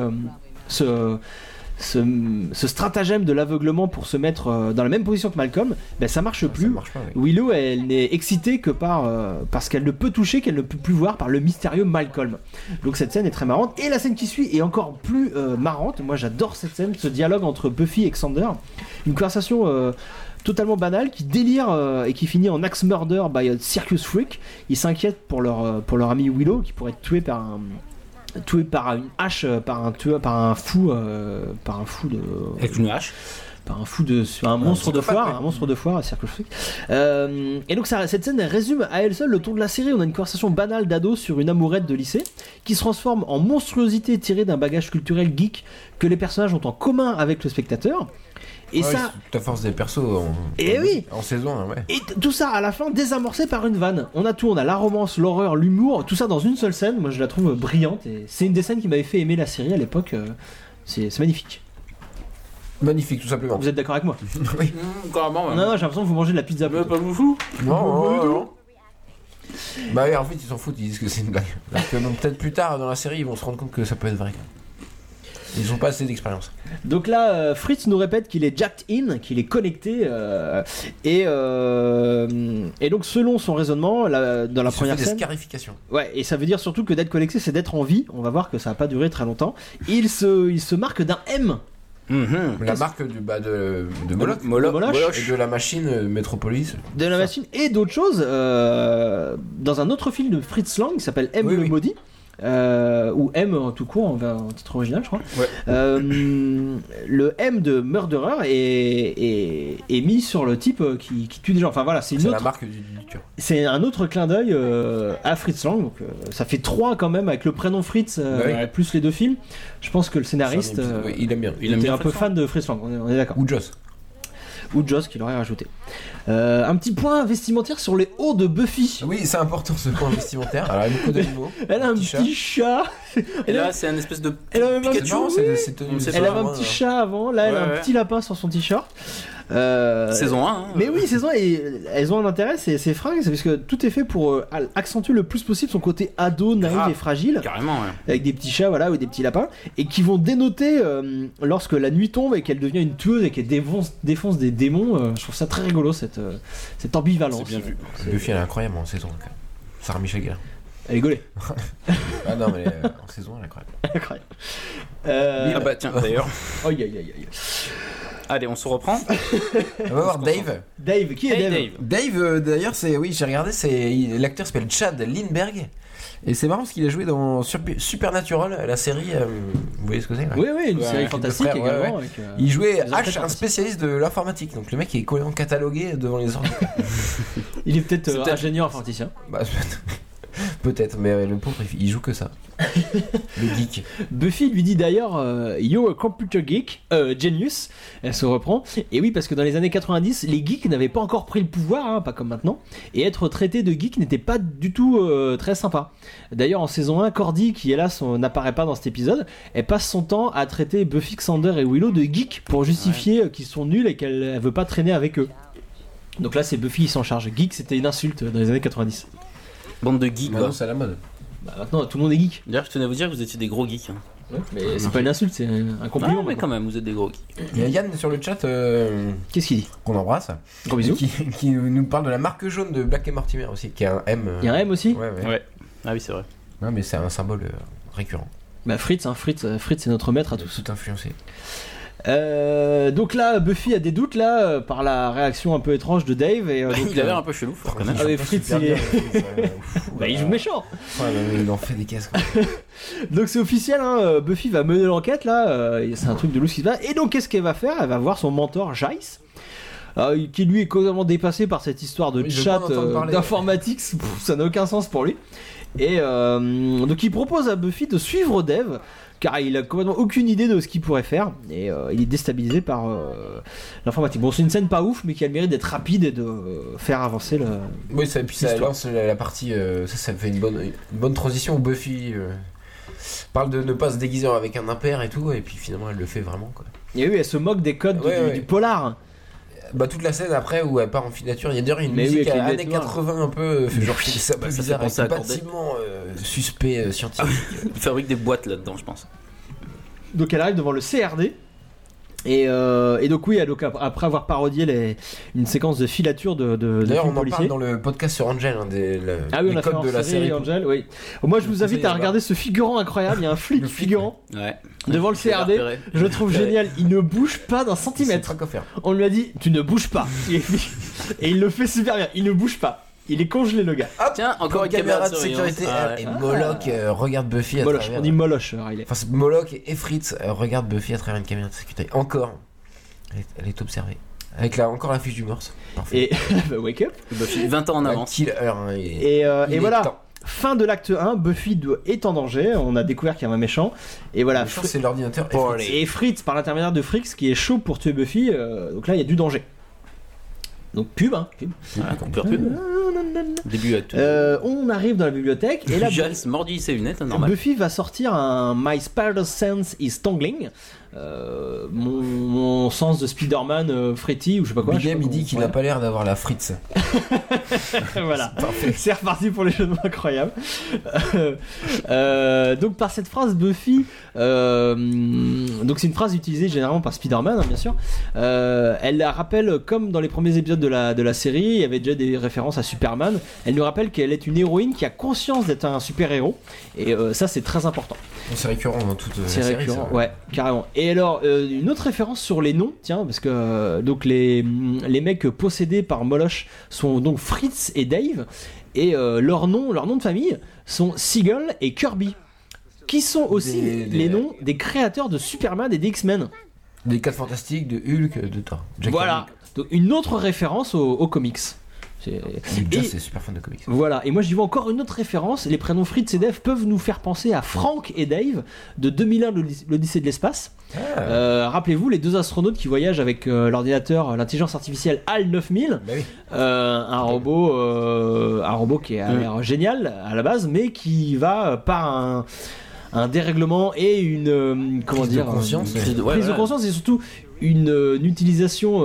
ce stratagème de l'aveuglement pour se mettre dans la même position que Malcolm, ben ça marche plus. Ça marche pas, oui. Willow, elle n'est excitée que parce qu'elle ne peut toucher, qu'elle ne peut plus voir par le mystérieux Malcolm. Donc cette scène est très marrante, et la scène qui suit est encore plus marrante. Moi j'adore cette scène, ce dialogue entre Buffy et Xander, une conversation totalement banale qui délire et qui finit en axe murder by a circus freak. Ils s'inquiètent pour leur ami Willow qui pourrait être tué par une hache, par un fou de... Avec une hache. Un monstre de foire, à Circle Freak. Et donc cette scène elle résume à elle seule le ton de la série. On a une conversation banale d'ado sur une amourette de lycée qui se transforme en monstruosité tirée d'un bagage culturel geek que les personnages ont en commun avec le spectateur. Et ça, ta force des persos en saison, ouais. Et tout ça à la fin désamorcé par une vanne. On a la romance, l'horreur, l'humour, tout ça dans une seule scène. Moi je la trouve brillante et c'est une des scènes qui m'avait fait aimer la série à l'époque. C'est magnifique. Magnifique, tout simplement. Vous êtes d'accord avec moi? Oui. Carrément. Ouais. Non, j'ai l'impression que vous mangez de la pizza. Pas beaucoup. Non. Bah oui, en fait ils s'en foutent, ils disent que c'est une blague. Alors que peut-être plus tard dans la série ils vont se rendre compte que ça peut être vrai. Ils n'ont pas assez d'expérience. Donc là, Fritz nous répète qu'il est jacked in, qu'il est connecté, et donc selon son raisonnement, dans la première scène, scarification. Ouais, et ça veut dire surtout que d'être connecté, c'est d'être en vie. On va voir que ça va pas durer très longtemps. Il se marque d'un M. La marque de Moloch et de la machine Metropolis. De la machine et d'autres choses. Dans un autre film de Fritz Lang qui s'appelle M le Maudit. Ou M en tout court en titre original je crois. Le M de Murderer est mis sur le type qui tue des gens. Enfin voilà, c'est la marque du tueur. C'est un autre clin d'œil à Fritz Lang, donc ça fait 3 quand même avec le prénom Fritz plus les 2 films. Je pense que le scénariste il aime bien. Il était un peu fan de Fritz Lang, on est d'accord. Ou Joss qui l'aurait rajouté. Un petit point vestimentaire sur les hauts de Buffy. Oui, c'est important ce point vestimentaire. Alors, elle a beaucoup d'animaux. Elle a un petit chat. Et là, c'est un espèce de. Elle a même un petit Elle avait un petit hein. chat avant. Là, elle a un petit lapin sur son t-shirt. Saison 1. Hein. Mais oui, saison 1. Et elles ont un intérêt, c'est fringues, parce que tout est fait pour accentuer le plus possible son côté ado, naïf et fragile. Carrément, ouais. Avec des petits chats, voilà, ou des petits lapins. Et qui vont dénoter lorsque la nuit tombe et qu'elle devient une tueuse et qu'elle défonce des démons. Je trouve ça très rigolo, cette ambivalence. C'est bien vu. Buffy, elle est incroyable en saison. Sarah Michel Gellar. Elle est gaulée. Ah non, mais en saison, elle est incroyable. Incroyable. Ah bah tiens, d'ailleurs. Aïe. Allez, on se reprend. On va voir Dave. Dave, qui est Dave? D'ailleurs, j'ai regardé, l'acteur s'appelle Chad Lindbergh. Et c'est marrant parce qu'il a joué dans Supernatural, la série. Vous voyez ce que c'est là? Oui, une série fantastique également. Avec, il jouait H, un spécialiste de l'informatique. Donc le mec est complètement catalogué devant les ordres. Il est peut-être ingénieur informaticien. Peut-être, mais le pauvre, il joue que ça. Le geek. Buffy lui dit d'ailleurs Yo, a computer geek, genius. Elle se reprend. Et oui, parce que dans les années 90, les geeks n'avaient pas encore pris le pouvoir, pas comme maintenant. Et être traité de geek n'était pas du tout très sympa. D'ailleurs, en saison 1, Cordy, qui hélas n'apparaît pas dans cet épisode, elle passe son temps à traiter Buffy, Xander et Willow de geeks pour justifier qu'ils sont nuls et qu'elle veut pas traîner avec eux. Donc là, c'est Buffy qui s'en charge. Geek, c'était une insulte dans les années 90. Bande de geeks, maintenant c'est à la mode. Maintenant tout le monde est geek. D'ailleurs, je tenais à vous dire que vous étiez des gros geeks. Ouais, mais c'est pas une insulte, c'est un compliment. Ah, mais quand même, vous êtes des gros geeks. Il y a Yann sur le chat. Qu'est-ce qu'il dit? Qu'on embrasse. Gros bisous. Qui nous parle de la marque jaune de Black et Mortimer aussi, qui a un M. Il y a un M aussi? Ouais. Ah oui, c'est vrai. Ouais, mais c'est un symbole récurrent. Fritz, c'est notre maître à tous. Tout influencé. Donc là, Buffy a des doutes là par la réaction un peu étrange de Dave et donc, il a l'air un peu chelou, faut reconnaître. Ah mais Fritz, il joue méchant. Il en fait des caisses. Donc c'est officiel, Buffy va mener l'enquête là. C'est un truc de louche qui se passe. Et donc qu'est-ce qu'elle va faire? Elle va voir son mentor Jace. Qui lui est complètement dépassé par cette histoire de chat d'informatique, ça n'a aucun sens pour lui. Et donc il propose à Buffy de suivre Dave, car il a complètement aucune idée de ce qu'il pourrait faire, et il est déstabilisé par l'informatique. Bon, c'est une scène pas ouf, mais qui a le mérite d'être rapide et de faire avancer le. Oui, ça, et puis ça lance la partie. Ça fait une bonne transition où Buffy parle de ne pas se déguiser avec un impair et tout, et puis finalement elle le fait vraiment, quoi. Et oui, elle se moque des codes du polar. Toute la scène après où elle part en filature, il y a d'ailleurs une musique à années 80 un peu genre ça peut bizarre, avec un bâtiment suspect scientifique. Il fabrique des boîtes là-dedans, je pense. Donc elle arrive devant le CRD. Et donc oui, donc après avoir parodié une séquence de filature de d'ailleurs on en policiers. parle dans le podcast sur Angel, on a codes de la série Angel, oui. Moi je vous invite à regarder ce figurant incroyable. Il y a un flic figurant devant le CRD. Je le trouve génial. Il ne bouge pas d'un centimètre. On lui a dit tu ne bouges pas. Et il le fait super bien. Il ne bouge pas. Il est congelé, le gars. Hop, tiens, encore une caméra de sécurité. Et Moloch regarde Buffy à travers. On dit Moloch. Enfin, c'est Moloch et Fritz regardent Buffy à travers une caméra de sécurité. Encore. Elle est observée. Avec encore la fiche du morse. Parfait. Et wake up. Buffy, 20 ans en avance. Killer. Et voilà. Fin de l'acte 1, Buffy est en danger. On a découvert qu'il y a un méchant. Et voilà. C'est l'ordinateur et Fritz, par l'intermédiaire de Frix, qui est chaud pour tuer Buffy. Donc là, il y a du danger. Donc pub. Début acte. On arrive dans la bibliothèque et là Giles mordit ses lunettes, normal. Buffy va sortir un My Spider Sense is Tingling. Mon sens de Spider-Man Freddy ou je sais pas quoi. Big M, il dit qu'il n'a pas l'air d'avoir la Fritz. Voilà, c'est reparti pour les jeux de mots incroyables. Donc par cette phrase Buffy, donc c'est une phrase utilisée généralement par Spider-Man, bien sûr. Elle la rappelle comme dans les premiers épisodes de la série, il y avait déjà des références à Superman. Elle nous rappelle qu'elle est une héroïne qui a conscience d'être un super-héros et ça c'est très important. C'est récurrent dans toute la série. C'est récurrent, ouais, carrément. Et alors, une autre référence sur les noms, tiens, parce que donc les mecs possédés par Moloch sont donc Fritz et Dave, et leur nom de famille sont Siegel et Kirby, qui sont aussi les noms des créateurs de Superman et des X-Men. Des 4 Fantastiques, de Hulk, de Thor. Voilà, donc une autre référence aux comics. C'est super fan de comics. Voilà, et moi j'y vois encore une autre référence. Les prénoms Fritz et Dave peuvent nous faire penser à Frank et Dave de 2001, l'Odyssée de l'espace. Rappelez-vous, les deux astronautes qui voyagent avec l'ordinateur, l'intelligence artificielle HAL 9000, un robot qui a l'air génial à la base, mais qui va par un dérèglement et une prise de conscience et surtout une utilisation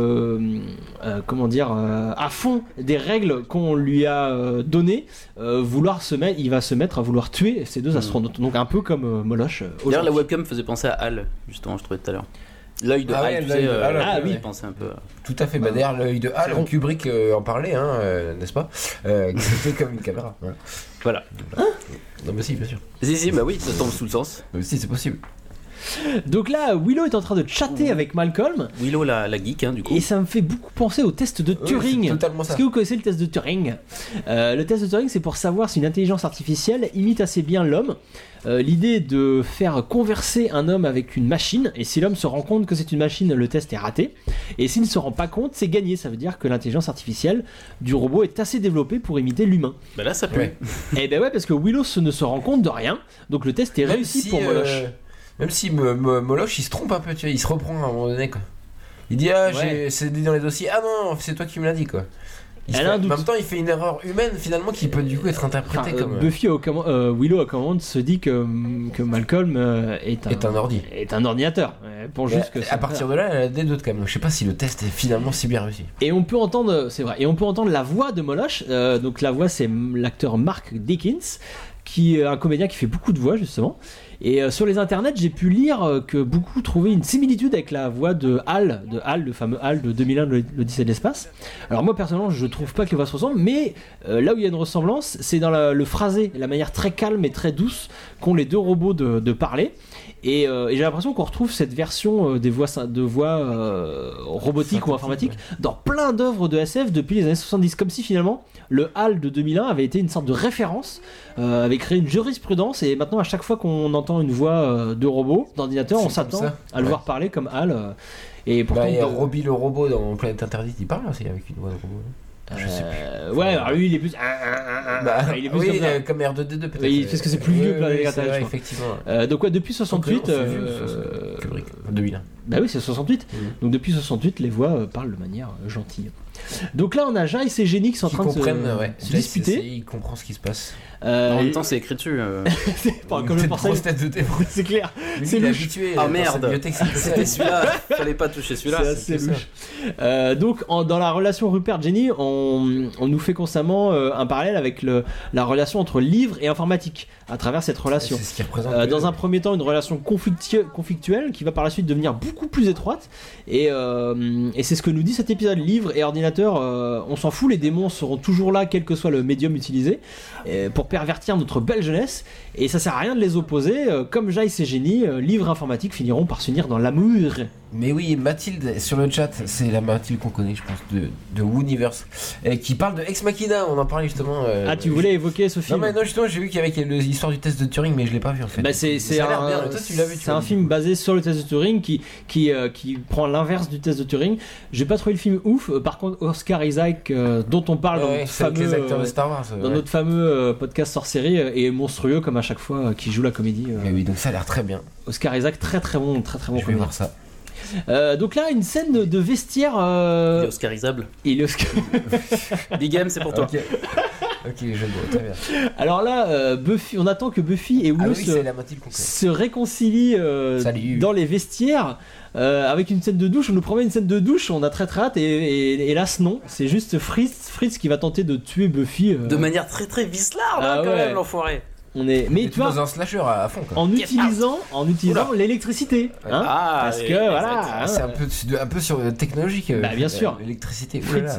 à fond des règles qu'on lui a données, il va se mettre à vouloir tuer ces deux astronautes, donc un peu comme Moloch. D'ailleurs la webcam me faisait penser à Hal, justement, je trouvais tout à l'heure. L'œil de Hal, oui, pensais un peu. Tout à fait. D'ailleurs, l'œil de Hal, Kubrick en parlait, n'est-ce pas c'était comme une caméra. Voilà. Non, mais si, bien sûr. Si, bah oui, ça tombe sous le sens. Mais si, c'est possible. Donc là, Willow est en train de chatter avec Malcolm. Willow la geek, hein, du coup. Et ça me fait beaucoup penser au test de Turing. C'est totalement ça. Est-ce que vous connaissez le test de Turing? Le test de Turing, c'est pour savoir si une intelligence artificielle imite assez bien l'homme. L'idée est de faire converser un homme avec une machine, et si l'homme se rend compte que c'est une machine, le test est raté. Et s'il ne se rend pas compte, c'est gagné. Ça veut dire que l'intelligence artificielle du robot est assez développée pour imiter l'humain. Bah là, ça peut. Et ben ouais, parce que Willow ne se rend compte de rien, donc le test est réussi pour Moloch. Même si Moloch il se trompe un peu, tu vois, il se reprend à un moment donné quoi. Il dit c'est dit dans les dossiers, ah non, c'est toi qui me l'as dit quoi. En même temps, il fait une erreur humaine finalement qui peut du coup être interprétée comme. Willow à commande se dit que Malcolm est un ordinateur. Pour juste que à partir de là, elle a des doutes quand même. Donc, je sais pas si le test est finalement si bien réussi. Et on peut entendre, c'est vrai, et on peut entendre la voix de Moloch. Donc la voix, c'est l'acteur Mark Dickens, qui est un comédien qui fait beaucoup de voix justement. Et sur les internets, j'ai pu lire que beaucoup trouvaient une similitude avec la voix de Hal, le fameux Hal de 2001, l'Odyssée de l'espace. Alors moi personnellement, je trouve pas que les voix se ressemblent, mais là où il y a une ressemblance, c'est dans le phrasé, la manière très calme et très douce qu'ont les deux robots de parler. Et j'ai l'impression qu'on retrouve cette version de voix robotiques ou informatiques dans plein d'œuvres de SF depuis les années 70, comme si finalement le HAL de 2001 avait été une sorte de référence, avait créé une jurisprudence, et maintenant à chaque fois qu'on entend une voix de robot, d'ordinateur, on s'attend à le voir parler comme HAL. Et pourtant, Robbie le robot dans Planète Interdite, il parle aussi avec une voix de robot. Je sais plus. Ouais, alors lui il est plus. Il est plus comme R2D2 peut-être. Oui, parce que c'est plus vieux que Planète Interdite. Effectivement. Donc ouais, depuis 68. Kubrick, 2001. Bah oui, c'est 68. Donc depuis 68, les voix parlent de manière gentille. Donc là, on a Jace et Jenny qui sont en train de se disputer. Il comprend ce qui se passe. En même temps, c'est écrit dessus. C'est pas comme le porcelain. C'est clair. C'est habitué. Ah merde. C'était celui-là. Fallait pas toucher celui-là. C'est assez louche. Donc, dans la relation Rupert-Jenny, on nous fait constamment un parallèle avec la relation entre livre et informatique à travers cette relation. C'est ce qui représente. Dans un premier temps, une relation conflictuelle qui va par la suite devenir beaucoup plus étroite. Et c'est ce que nous dit cet épisode. Livre et ordinateur, on s'en fout. Les démons seront toujours là, quel que soit le médium utilisé, pour pervertir notre belle jeunesse. Et ça sert à rien de les opposer. Comme Jace et Jenny, livre et informatique finiront par s'unir dans l'amour. Mais oui, Mathilde sur le chat, c'est la Mathilde qu'on connaît, je pense, de Wooniverse, qui parle de Ex Machina. On en parlait justement. Tu voulais évoquer ce film? Non, justement, j'ai vu qu'il y avait l'histoire du test de Turing, mais je l'ai pas vu en fait. Bah, c'est un film basé sur le test de Turing qui prend l'inverse du test de Turing. J'ai pas trouvé le film ouf. Par contre, Oscar Isaac, dont on parle dans notre fameux podcast hors série, est monstrueux comme à chaque fois qu'il joue la comédie. Oui, donc ça a l'air très bien. Oscar Isaac, très bon. Je vais voir ça. Donc là, une scène de vestiaire. Il est oscarisable. Big M, c'est pour toi. Ok, je vois, très bien. Alors là, Buffy, on attend que Buffy et Willow se réconcilient dans les vestiaires avec une scène de douche. On nous promet une scène de douche, on a très hâte, et hélas non, c'est juste Fritz qui va tenter de tuer Buffy. De manière très très vicelarde, quand même, l'enfoiré. Mais tu vois, dans un slasher à fond quoi. En utilisant l'électricité, hein, parce que voilà, c'est un peu sur technologique. Bien sûr, l'électricité. Fritz,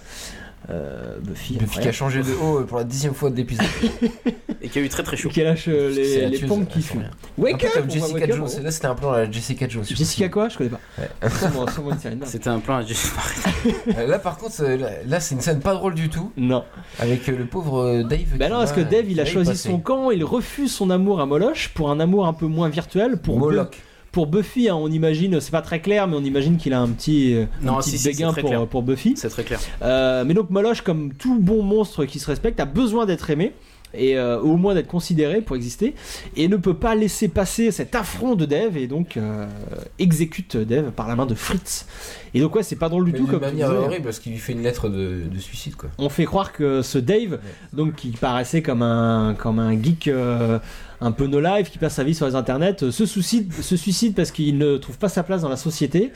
Buffy qui a changé de haut pour la 10e fois de l'épisode et qui a eu très très chaud, qui lâche les pompes qui fument. Wake up, Jessica Jones. Là c'était un plan à Jessica Jones. Jessica quoi? Je connais pas. C'était un plan à Jessica. Là par contre, là c'est une scène pas drôle du tout. Non. Avec le pauvre Dave. Bah non, parce que Dave il a choisi son camp, il refuse son amour à Moloch pour un amour un peu moins virtuel pour Moloch. Pour Buffy, hein, on imagine, c'est pas très clair, mais on imagine qu'il a un petit béguin pour Buffy. C'est très clair. Mais donc Moloch, comme tout bon monstre qui se respecte, a besoin d'être aimé, et au moins d'être considéré pour exister, et ne peut pas laisser passer cet affront de Dave, et donc exécute Dave par la main de Fritz. Et donc ouais, c'est pas drôle du tout, comme manière horrible, parce qu'il lui fait une lettre de suicide quoi. On fait croire que ce Dave, donc qui paraissait comme un geek un peu no-life, qui passe sa vie sur les internets, se suicide parce qu'il ne trouve pas sa place dans la société.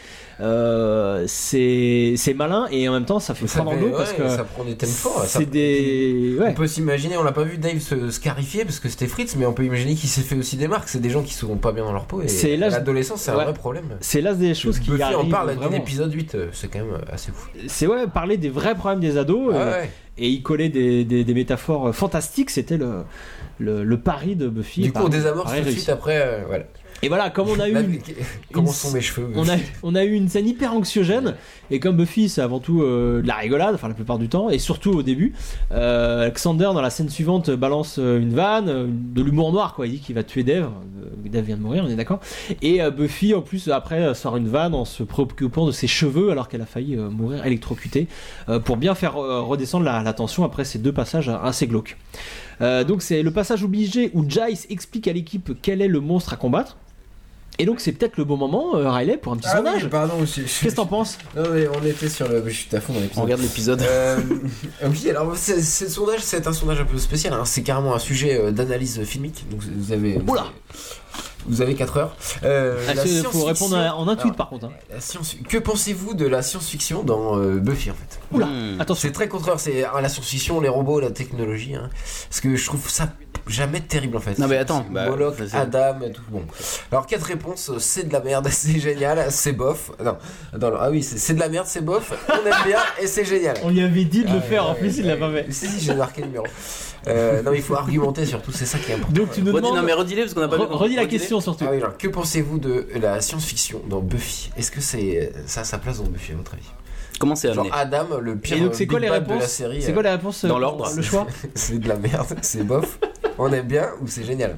C'est malin, et en même temps ça fait froid dans le dos, parce que ça prend des thèmes forts. On peut s'imaginer, on l'a pas vu Dave se scarifier parce que c'était Fritz, mais on peut imaginer qu'il s'est fait aussi des marques. C'est des gens qui sont pas bien dans leur peau, et l'adolescence c'est un vrai problème. C'est là des choses qui arrivent. On parle d'un épisode 8, c'est quand même assez fou. C'est parler des vrais problèmes des ados, et y coller des métaphores fantastiques. C'était le pari de Buffy. Du coup on désamorce tout de suite après. Voilà. Et voilà, comme on a eu comment sont mes cheveux, on a eu une scène hyper anxiogène, et comme Buffy c'est avant tout de la rigolade, enfin la plupart du temps, et surtout au début, Xander dans la scène suivante balance une vanne, de l'humour noir quoi, il dit qu'il va tuer Dave vient de mourir, on est d'accord, et Buffy en plus après sort une vanne en se préoccupant de ses cheveux alors qu'elle a failli mourir électrocutée, pour bien faire redescendre la tension après ces deux passages assez glauques. Donc c'est le passage obligé où Giles explique à l'équipe quel est le monstre à combattre. Et donc c'est peut-être le bon moment, Riley, pour un petit sondage. Oui, pardon, qu'est-ce que t'en penses? Non mais on était sur le... Je suis à fond dans l'épisode. On regarde l'épisode. Oui, alors ce sondage, c'est un sondage un peu spécial, hein. C'est carrément un sujet d'analyse filmique. Donc vous avez 4 heures. Il faut répondre en un tweet par contre. Hein. Que pensez-vous de la science-fiction dans Buffy en fait? Oula, attention. C'est très contraire, c'est la science-fiction, les robots, la technologie. Hein. Parce que je trouve ça jamais terrible en fait. Non mais attends, Moloch, Adam, tout bon. Alors 4 réponses, c'est de la merde, c'est génial, c'est bof. Non, ah oui, c'est de la merde, c'est bof, on aime bien et c'est génial. On lui avait dit de le faire, en plus il l'a pas fait. Si, j'ai marqué le numéro. Non, il faut argumenter surtout, c'est ça qui est important. Donc tu nous demandes... Non mais redis-les parce qu'on a pas vu. Redis la question surtout. Ah oui, alors, que pensez-vous de la science-fiction dans Buffy? Est-ce que c'est ça a sa place dans Buffy à votre avis? Comment c'est amené? Genre Adam, le pire big bad de la série. C'est quoi les réponses dans l'ordre? Le choix? C'est de la merde, c'est bof, on aime bien ou c'est génial.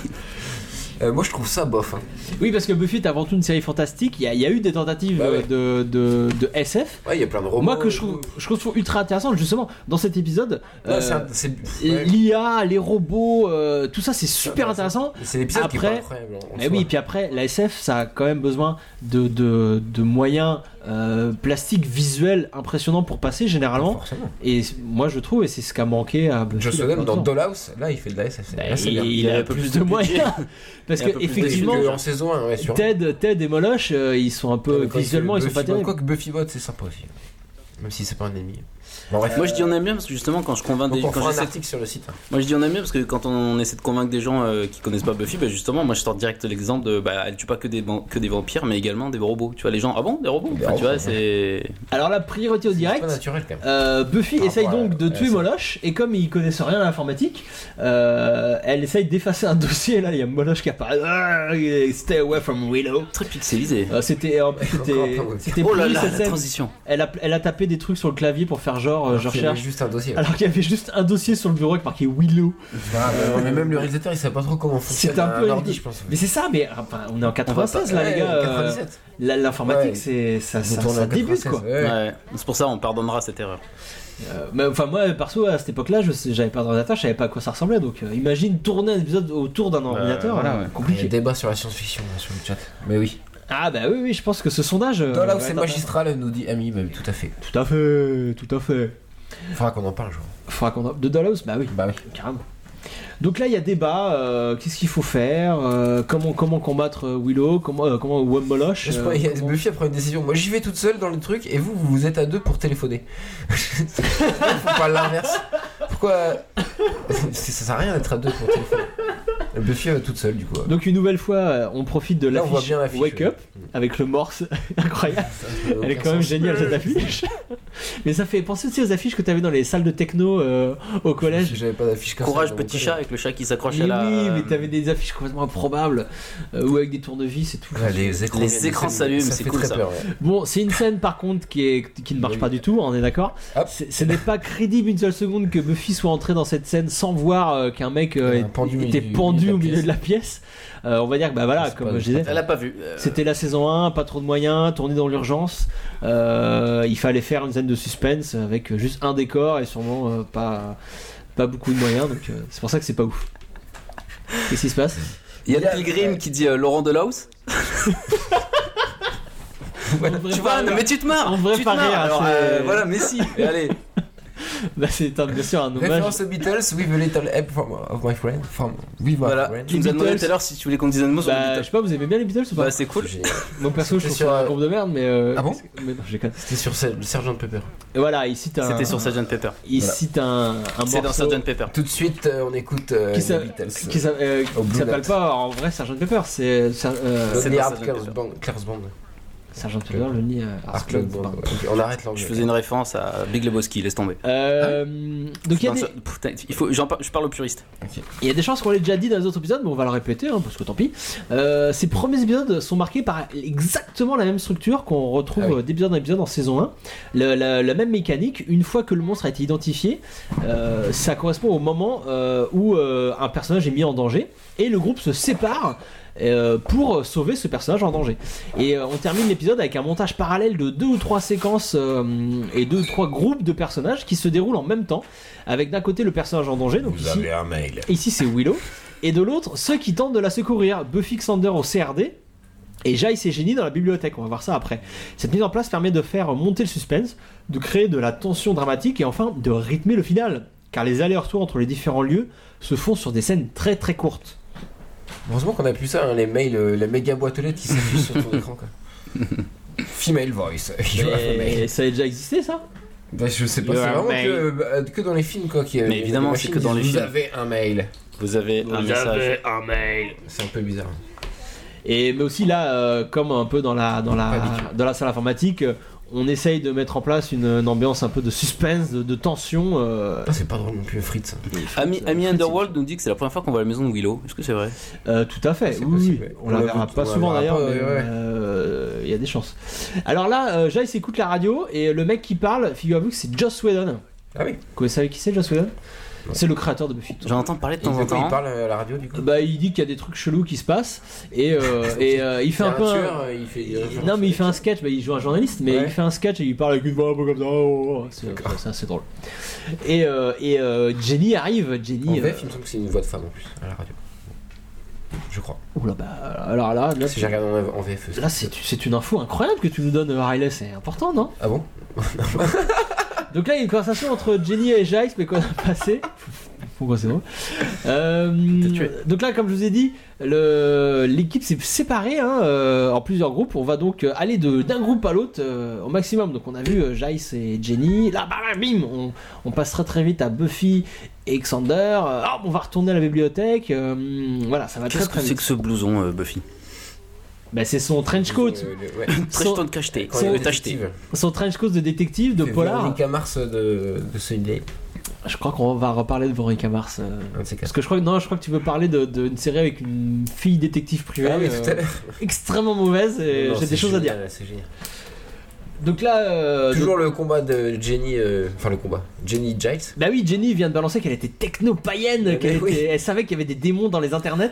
Moi je trouve ça bof. Hein. Oui, parce que Buffy est avant tout une série fantastique. Il y a eu des tentatives de SF. Ouais, il y a plein de robots. Moi que je trouve ultra intéressant justement dans cet épisode. L'IA, les robots, tout ça c'est super intéressant. C'est l'épisode qui est pas incroyable. Mais oui, puis après la SF ça a quand même besoin de moyens plastiques visuels impressionnants pour passer généralement. Et moi je trouve, et c'est ce qu'a manqué à Buffy. Joss Whedon dans Dollhouse, là il fait de la SF. Il a un peu plus de moyens. Parce que effectivement, en saison 1, ouais, Ted et Moloch, ils sont un peu visuellement, ils sont pas terribles. Quoi que Buffy Bot, c'est sympa aussi, même si c'est pas un ennemi. Bon, bref. Moi je dis on aime bien parce que justement quand je convainc des gens, on fera un article sur le site. Moi je dis on aime bien parce que quand on essaie de convaincre des gens qui connaissent pas Buffy, bah justement moi je sors direct l'exemple de elle tue pas que des vampires mais également des robots. Tu vois les gens des robots. Tu vois c'est. Alors la priorité au direct. C'est pas naturel quand même. Buffy essaye donc de tuer Moloch et comme ils connaissent rien à l'informatique, elle essaye d'effacer un dossier. Là il y a Moloch qui apparaît. Stay away from Willow. Très pixelisé. C'était oh là là la transition. Elle a tapé des trucs sur le clavier pour faire genre je recherche. Juste un dossier. Alors qu'il y avait juste un dossier sur le bureau avec marqué Willow. Mais même le réalisateur il savait pas trop comment fonctionne. C'est un peu ordi, je pense. Mais c'est ça, mais enfin, on est en 96 là les gars. 97. L'informatique ça débute quoi. Ouais. C'est pour ça on pardonnera cette erreur. Mais enfin moi perso à cette époque là j'avais pas d'ordinateur, je savais pas à quoi ça ressemblait, donc imagine tourner un épisode autour d'un ordinateur, compliqué. Il y a débat sur la science-fiction sur le chat. Mais oui. Ah bah oui je pense que ce sondage là où c'est magistral nous dit Ami, bah, tout à fait. Faudra qu'on en parle, de Dollhouse, bah oui, carrément. Donc là il y a débat, qu'est-ce qu'il faut faire, comment combattre Willow, comment Moloch. Buffy a pris une décision. Moi j'y vais toute seule dans le truc et vous êtes à deux pour téléphoner. Faut pas l'inverse. Pourquoi ça sert à rien d'être à deux pour téléphoner. Buffy va toute seule du coup. Donc une nouvelle fois on profite de l'affiche Wake Up avec le morse incroyable. Elle est quand même géniale cette affiche. Mais ça fait penser aussi aux affiches que t'avais dans les salles de techno au collège. J'avais pas d'affiche comme Courage petit chat avec le chat qui s'accroche à la... Oui, mais t'avais des affiches complètement improbables ou avec des tournevis et tout. Les écrans s'allument, c'est cool ça. Peur, Bon, c'est une scène par contre qui ne marche pas du tout, on est d'accord. Ce n'est pas crédible une seule seconde que Buffy soit entrée dans cette scène sans voir qu'un mec était pendu au milieu de la pièce. On va dire que bah voilà, comme je disais, elle a pas vu. C'était la saison 1, pas trop de moyens, tourné dans l'urgence. Il fallait faire une scène de suspense avec juste un décor et sûrement pas beaucoup de moyens, donc c'est pour ça que c'est pas ouf. Qu'est-ce qui se passe? Il y a Pilgrim qui dit Laurent Delahousse. Tu vois, mais tu te marres. On devrait pas rire. Alors voilà, mais si. Allez. Bah c'est bien sûr un hommage. Référence aux Beatles, with a little help of my friend. Voilà. Tu nous as demandé tout à l'heure si tu voulais qu'on dise un mot sur les Beatles. Je sais pas, vous aimez bien les Beatles ou pas? Bah c'est cool. Mon perso, je trouve c'est un groupe de merde, mais. Ah bon? Mais non, j'ai C'était sur le Sgt Pepper. Et voilà, il cite un. C'était sur Sgt Pepper. Il cite un morceau. C'est dans Sgt Pepper. Tout de suite, on écoute les Beatles. Qui s'appelle pas en vrai Sgt Pepper, c'est. The Hard Claire's Band. Sgt. Pepper Lonely Hearts Club Band. On arrête l'anglais. Je faisais une référence à Big Lebowski, laisse tomber. Donc il y a je parle aux puristes. Okay. Il y a des chances qu'on l'ait déjà dit dans les autres épisodes, mais on va le répéter parce que tant pis. Ces premiers épisodes sont marqués par exactement la même structure qu'on retrouve d'épisode en épisode en saison 1. La même mécanique. Une fois que le monstre a été identifié, ça correspond au moment où un personnage est mis en danger et le groupe se sépare pour sauver ce personnage en danger. Et on termine l'épisode avec un montage parallèle de 2 ou 3 séquences et 2 ou 3 groupes de personnages qui se déroulent en même temps, avec d'un côté le personnage en danger, donc vous avez un mail. Ici c'est Willow, et de l'autre ceux qui tentent de la secourir, Buffy, Xander au CRD et Giles et Jenny dans la bibliothèque. On va voir ça après. Cette mise en place permet de faire monter le suspense, de créer de la tension dramatique et enfin de rythmer le final, car les allers-retours entre les différents lieux se font sur des scènes très très courtes. Heureusement qu'on a plus ça, les mails, la méga boîte aux lettres qui s'affiche sur ton écran, quoi. Female voice. Mais ça a déjà existé, ça? Bah, je sais pas, c'est vraiment que dans les films, quoi. Mais évidemment, c'est que dans les films. Vous avez un mail. Vous avez un message. Un mail. C'est un peu bizarre. Mais aussi là, comme un peu dans la salle informatique, on essaye de mettre en place une ambiance un peu de suspense, de tension. C'est pas drôle non plus, Fritz. Ami Underworld nous dit que c'est la première fois qu'on voit la maison de Willow. Est-ce que c'est vrai? Tout à fait, oui. On la verra pas souvent d'ailleurs, mais il y a des chances. Alors là, Giles écoute la radio et le mec qui parle, figurez-vous que c'est Joss Whedon. Ah oui. Vous savez qui c'est, Joss Whedon? C'est le créateur de Buffy. J'en entends parler de temps en temps. Il parle à la radio du coup. Il dit qu'il y a des trucs chelous qui se passent et il fait un peu. Non mais il fait un sketch. Il joue un journaliste, mais il fait un sketch et il parle avec une voix un peu comme ça. C'est assez drôle. Et Jenny arrive. Jenny. En VF, il me semble que c'est une voix de femme en plus à la radio. Je crois. Oula alors là si j'ai regardé en VF. Là c'est une info incroyable que tu nous donnes, Riley. C'est important, non? Ah bon? Donc là il y a une conversation entre Jenny et Giles, mais qu'on a passé. Pourquoi c'est drôle? Donc là, comme je vous ai dit, l'équipe s'est séparée en plusieurs groupes. On va donc aller d'un groupe à l'autre au maximum. Donc on a vu Giles et Jenny. Là, bim, on passera très vite à Buffy et Xander. On va retourner à la bibliothèque. Voilà, ça va très très vite. Qu'est-ce que c'est que ce blouson, Buffy? C'est son trench coat. Trench coat cacheté. Son trench coat de détective, de polar. Veronica Mars de Sunday. Je crois qu'on va reparler de Veronica Mars. Parce que je crois que tu veux parler d'une série avec une fille détective privée extrêmement mauvaise et j'ai des choses à dire. C'est génial. Donc là. Toujours le combat de Jenny. Jenny Giles. Bah oui, Jenny vient de balancer qu'elle était techno-païenne, elle savait qu'il y avait des démons dans les internets.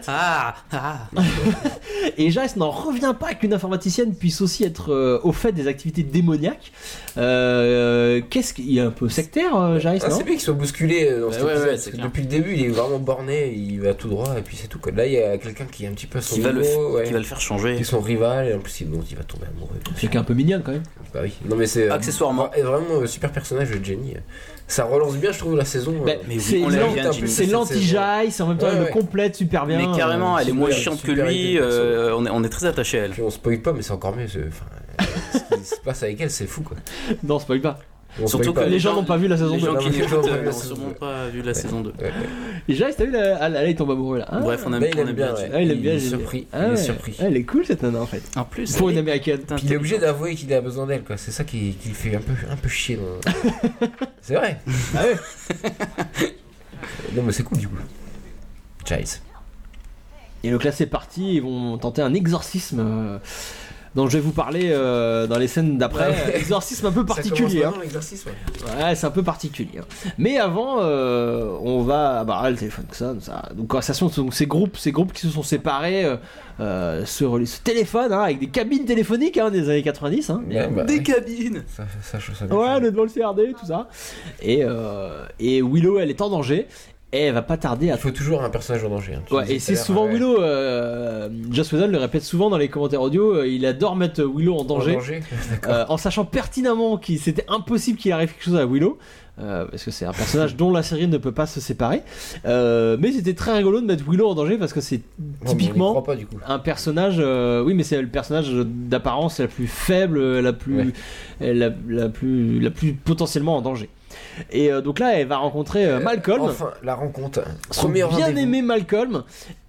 Et Giles n'en revient pas qu'une informaticienne puisse aussi être au fait des activités démoniaques. Qu'est-ce qu'il y a un peu sectaire, Giles, non? C'est bien qu'il soit bousculé dans cet épisode, parce que depuis le début, il est vraiment borné, il va tout droit et puis c'est tout. Là, il y a quelqu'un qui est un petit peu à son niveau, qui va le faire changer. Qui est son rival, et en plus, il va tomber amoureux. Quelqu'un un peu mignonne quand même. Bah oui, non mais c'est accessoirement vraiment super personnage de Jenny. Ça relance bien, je trouve, la saison. Mais c'est l'anti-Giles, en même temps elle le complète super bien. Mais carrément, elle est moins chiante que lui. On est très attaché à elle. Puis on spoil pas, mais c'est encore mieux. Ce qui se passe avec elle, c'est fou quoi. Non, spoil pas. Surtout que les gens n'ont pas vu la saison 2. Les gens qui n'écoutent n'ont sûrement pas vu la saison 2. Et Giles, t'as vu là, il tombe amoureux là. Bref, on aime bien. Il aime bien. Il est surpris. Elle est cool cette nana en fait. En plus, pour une américaine. Puis il est obligé d'avouer qu'il a besoin d'elle quoi. C'est ça qui fait un peu chier. C'est vrai. Ah ouais. Non mais c'est cool du coup. Giles. Et donc là c'est parti, ils vont tenter un exorcisme dont je vais vous parler dans les scènes d'après. Exorcisme un peu particulier. Ça l'exorcisme, ouais, c'est un peu particulier. Mais avant, on va le téléphone que ça. Donc conversation, ces groupes qui se sont séparés se téléphonent avec des cabines téléphoniques des années 90. Des cabines. Ouais, on est devant le CRD, tout ça. Et Willow, elle est en danger. Et elle va pas tarder à... Il faut toujours un personnage en danger. Et c'est souvent Willow, Joss Whedon le répète souvent dans les commentaires audio, il adore mettre Willow en danger. En sachant pertinemment que c'était impossible qu'il arrive quelque chose à Willow, parce que c'est un personnage dont la série ne peut pas se séparer. Mais c'était très rigolo de mettre Willow en danger parce que c'est typiquement un personnage... oui, mais c'est le personnage d'apparence la plus faible, la plus potentiellement en danger. Et donc là, elle va rencontrer Malcolm. Enfin, la rencontre. Son bien aimé Malcolm.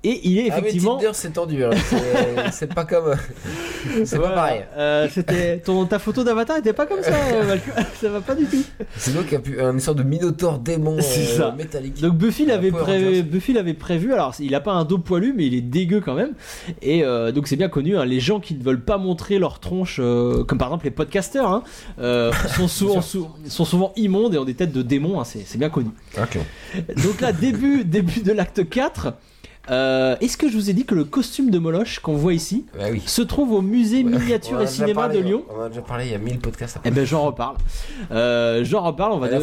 Et il est effectivement. Ah, mais Tinder, c'est tendu. Hein. C'est pas comme. C'est pas pareil. C'était ta photo d'avatar était pas comme ça, Malcolm. Ça va pas du tout. C'est donc une sorte de minotaure démon métallique. Donc Buffy l'avait prévu. Alors il a pas un dos poilu, mais il est dégueu quand même. Et donc c'est bien connu. Hein, les gens qui ne veulent pas montrer leur tronche, comme par exemple les podcasteurs, hein, sont souvent immondes et ont des têtes de démons. Hein, c'est bien connu. Okay. Donc là, début de l'acte 4. Est-ce que je vous ai dit que le costume de Moloch qu'on voit ici se trouve au musée miniature et cinéma de Lyon? On en a déjà parlé il y a 1000 podcasts après. Eh ben j'en reparle. On va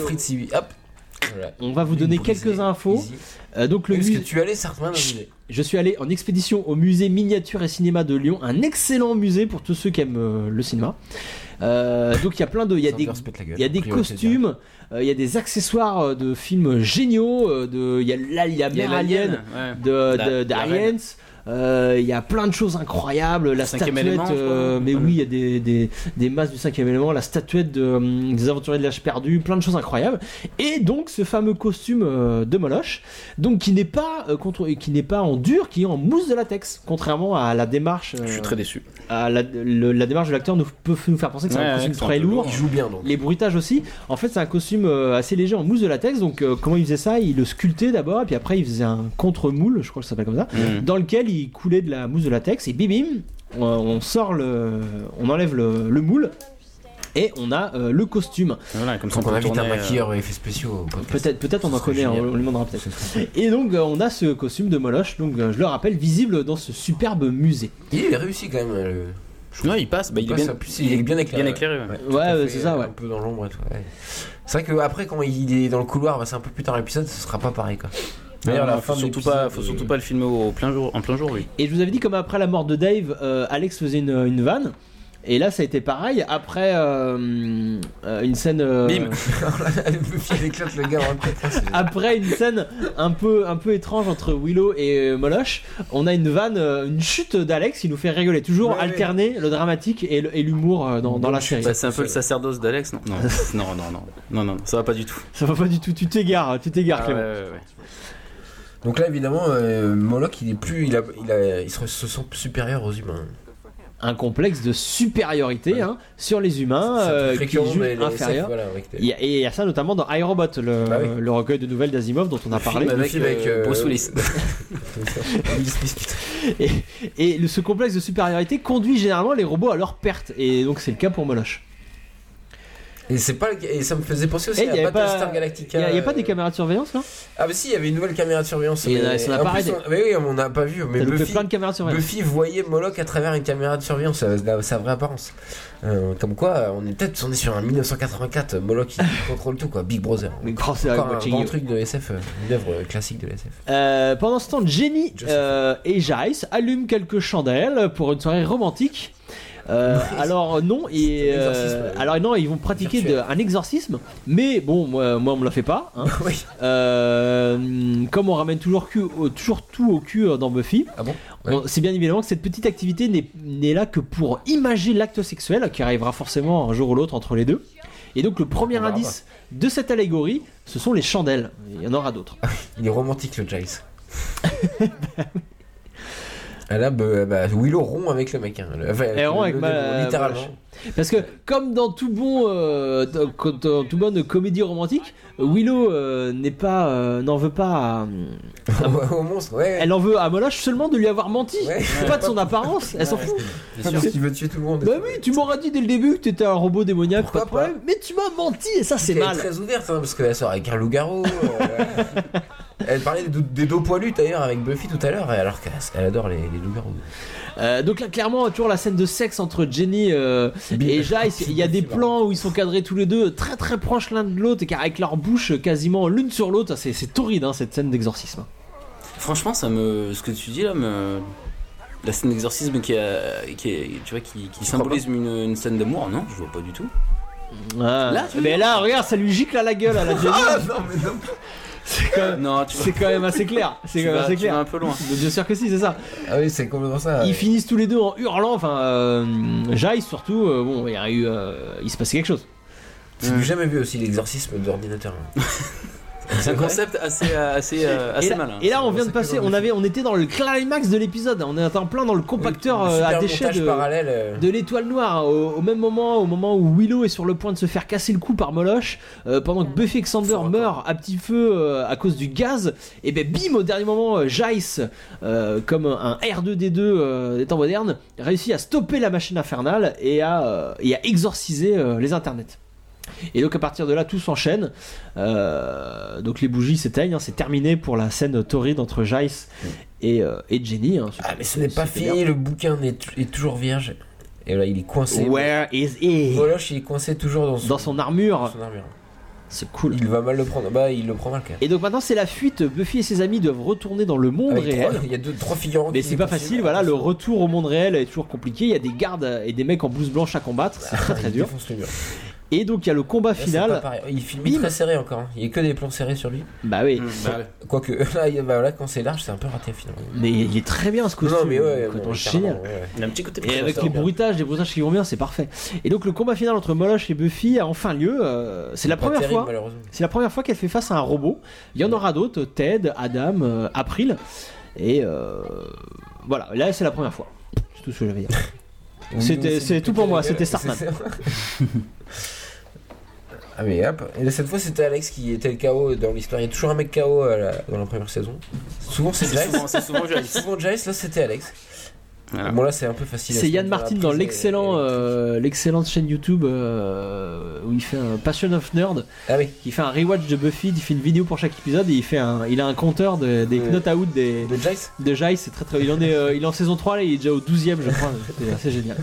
on va vous donner quelques infos. Donc le musée. Est-ce que tu es allé certainement dans le musée? Je suis allé en expédition au musée miniature et cinéma de Lyon, un excellent musée pour tous ceux qui aiment le cinéma. Donc il y a plein de, il y a des costumes, il y a des accessoires de films géniaux, il y a la mère alien d'Aliens. Il y a plein de choses incroyables, la statuette, mais oui, il y a des masses du 5e élément, la statuette des aventuriers de l'âge perdu, plein de choses incroyables. Et donc ce fameux costume de Moloch, donc qui n'est pas en dur, qui est en mousse de latex, contrairement à la démarche. Je suis très déçu. La démarche de l'acteur peut nous faire penser que c'est un costume très lourd. Il joue bien donc. Les bruitages aussi. En fait, c'est un costume assez léger en mousse de latex. Donc comment il faisait ça? Il le sculptait d'abord, et puis après il faisait un contre-moule, je crois que ça s'appelle comme ça, dans lequel il coulait de la mousse de latex et bim, on enlève le moule et on a le costume. Voilà, comme ça on invite un maquilleur effets spéciaux. Peut-être on en connaît, on lui demandera peut-être. Et donc on a ce costume de Moloch, donc je le rappelle, visible dans ce superbe musée. Il est réussi quand même. Non, il passe. Il est bien éclairé. Ouais, c'est ça. Ouais. Un peu dans l'ombre et tout. Ouais. C'est vrai qu'après quand il est dans le couloir, c'est un peu plus tard l'épisode, ce sera pas pareil quoi. D'ailleurs, faut surtout pas le filmer en plein jour, oui. Et je vous avais dit, comme après la mort de Dave, Alex faisait une vanne. Et là, ça a été pareil. Après une scène. Bim. éclate le gars. Après une scène un peu étrange entre Willow et Moloch, on a une vanne, une chute d'Alex qui nous fait rigoler. Toujours alterner le dramatique et l'humour dans la série. C'est un peu le sacerdoce d'Alex, non, ça va pas du tout. Ça va pas du tout. Tu t'égares, Clément. Ouais. Donc là, évidemment, Moloch, il se sent supérieur aux humains. Un complexe de supériorité sur les humains qui jugent inférieurs. Et il y a ça notamment dans iRobot, le recueil de nouvelles d'Asimov dont on a parlé. Avec Bruce Willis. Et ce complexe de supériorité conduit généralement les robots à leur perte. Et donc c'est le cas pour Moloch. Et ça me faisait penser aussi à Battlestar Galactica. Il n'y a pas des caméras de surveillance là? Ah bah si, il y avait une nouvelle caméra de surveillance. Et ça n'a pas arrêté. Mais oui, on n'a pas vu. Mais plein de caméras de surveillance. Buffy voyait Moloch à travers une caméra de surveillance, sa vraie apparence. Comme quoi, on est sur un 1984. Moloch qui contrôle tout quoi, Big Brother. Mais un grand truc de SF, une œuvre classique de SF. Pendant ce temps, Jenny et Giles allument quelques chandelles pour une soirée romantique. Alors non, ils vont pratiquer un exorcisme, mais bon, moi on me la fait pas. Hein. Oui. Comme on ramène toujours tout au cul dans Buffy, c'est bien évidemment que cette petite activité n'est là que pour imager l'acte sexuel qui arrivera forcément un jour ou l'autre entre les deux. Et donc le premier indice de cette allégorie, ce sont les chandelles. Il y en aura d'autres. Il est romantique le Giles. Là, Willow rompt avec le mec. Elle rompt avec littéralement. Parce que comme dans toute bonne comédie romantique, Willow n'en veut pas au monstre. Ouais. Elle en veut à Moloch seulement de lui avoir menti, pas de son apparence. Elle s'en fout. Parce qu'il veut tuer tout le monde. Bah oui, tu m'auras dit dès le début que t'étais un robot démoniaque, pas de problème. Mais tu m'as menti et ça c'est mal. Elle est très ouverte parce qu'elle sort avec un loup-garou. Elle parlait des dos poilus d'ailleurs avec Buffy tout à l'heure, alors qu'elle adore les loups-garous. Donc là clairement toujours la scène de sexe entre Jenny et Giles. Il y a des plans où ils sont cadrés tous les deux très très proches l'un de l'autre et avec leur bouche quasiment l'une sur l'autre. C'est torride cette scène d'exorcisme. Franchement ce que tu dis là la scène d'exorcisme qui symbolise une scène d'amour, non, je vois pas du tout. Mais là regarde, ça lui gicle à la gueule à la Jenny. Non mais non. C'est quand même assez clair. Tu vas un peu loin. Bien sûr que si, c'est ça. Ah oui, c'est complètement ça. Ils finissent tous les deux en hurlant. Enfin, Giles surtout. Il se passait quelque chose. J'ai jamais vu aussi l'exorcisme d'ordinateur. C'est un concept assez malin. Et là, on vient de passer, on était dans le climax de l'épisode. On est en plein dans le compacteur à déchets de l'étoile noire. Au moment où Willow est sur le point de se faire casser le cou par Moloch, pendant que Buffy et Xander meurent à petit feu à cause du gaz, et ben bim, au dernier moment, Jace, comme un R2D2 des temps modernes, réussit à stopper la machine infernale et à exorciser les internets. Et donc à partir de là tout s'enchaîne, donc les bougies s'éteignent, c'est terminé pour la scène torride entre Jace et Jenny. Mais ce n'est pas fini, le bouquin est toujours vierge. Et là il est coincé. Where is he? Moloch il est coincé toujours dans son armure. C'est cool. Il va mal le prendre. Il le prend mal quand même. Et donc maintenant c'est la fuite. Buffy et ses amis doivent retourner dans le monde réel. Il y a 3 figurants. Mais c'est pas facile. Voilà, le retour au monde réel est toujours compliqué. Il y a des gardes et des mecs en blouse blanche à combattre. C'est très dur. Et donc il y a le combat final. Il filme très serré encore. Il y a que des plans serrés sur lui. Bah oui. Quoique là quand c'est large c'est un peu raté finalement. Mais il est très bien ce costume. Non mais génial. Il a un petit côté. Et avec les bruitages qui vont bien, c'est parfait. Et donc le combat final entre Moloch et Buffy a enfin lieu. C'est la première fois. C'est la première fois qu'elle fait face à un robot. Il y en aura d'autres. Ted, Adam, April. Et voilà. Là c'est la première fois. C'est tout ce que j'avais à dire. C'est tout pour moi. C'était Startman. Ah mais hop, et là, cette fois c'était Alex qui était le KO dans l'histoire. Il y a toujours un mec KO dans la première saison. Souvent c'est Jace. Souvent Jace, là c'était Alex. Voilà. Bon là c'est un peu facile. C'est Yann Martin dans l'excellente chaîne YouTube où il fait un Passion of Nerd. Ah oui. Il fait un rewatch de Buffy, il fait une vidéo pour chaque épisode et il a un compteur des notes out de Jace. De Jace, c'est très il est en saison 3 là, il est déjà au 12e je crois. C'est assez génial.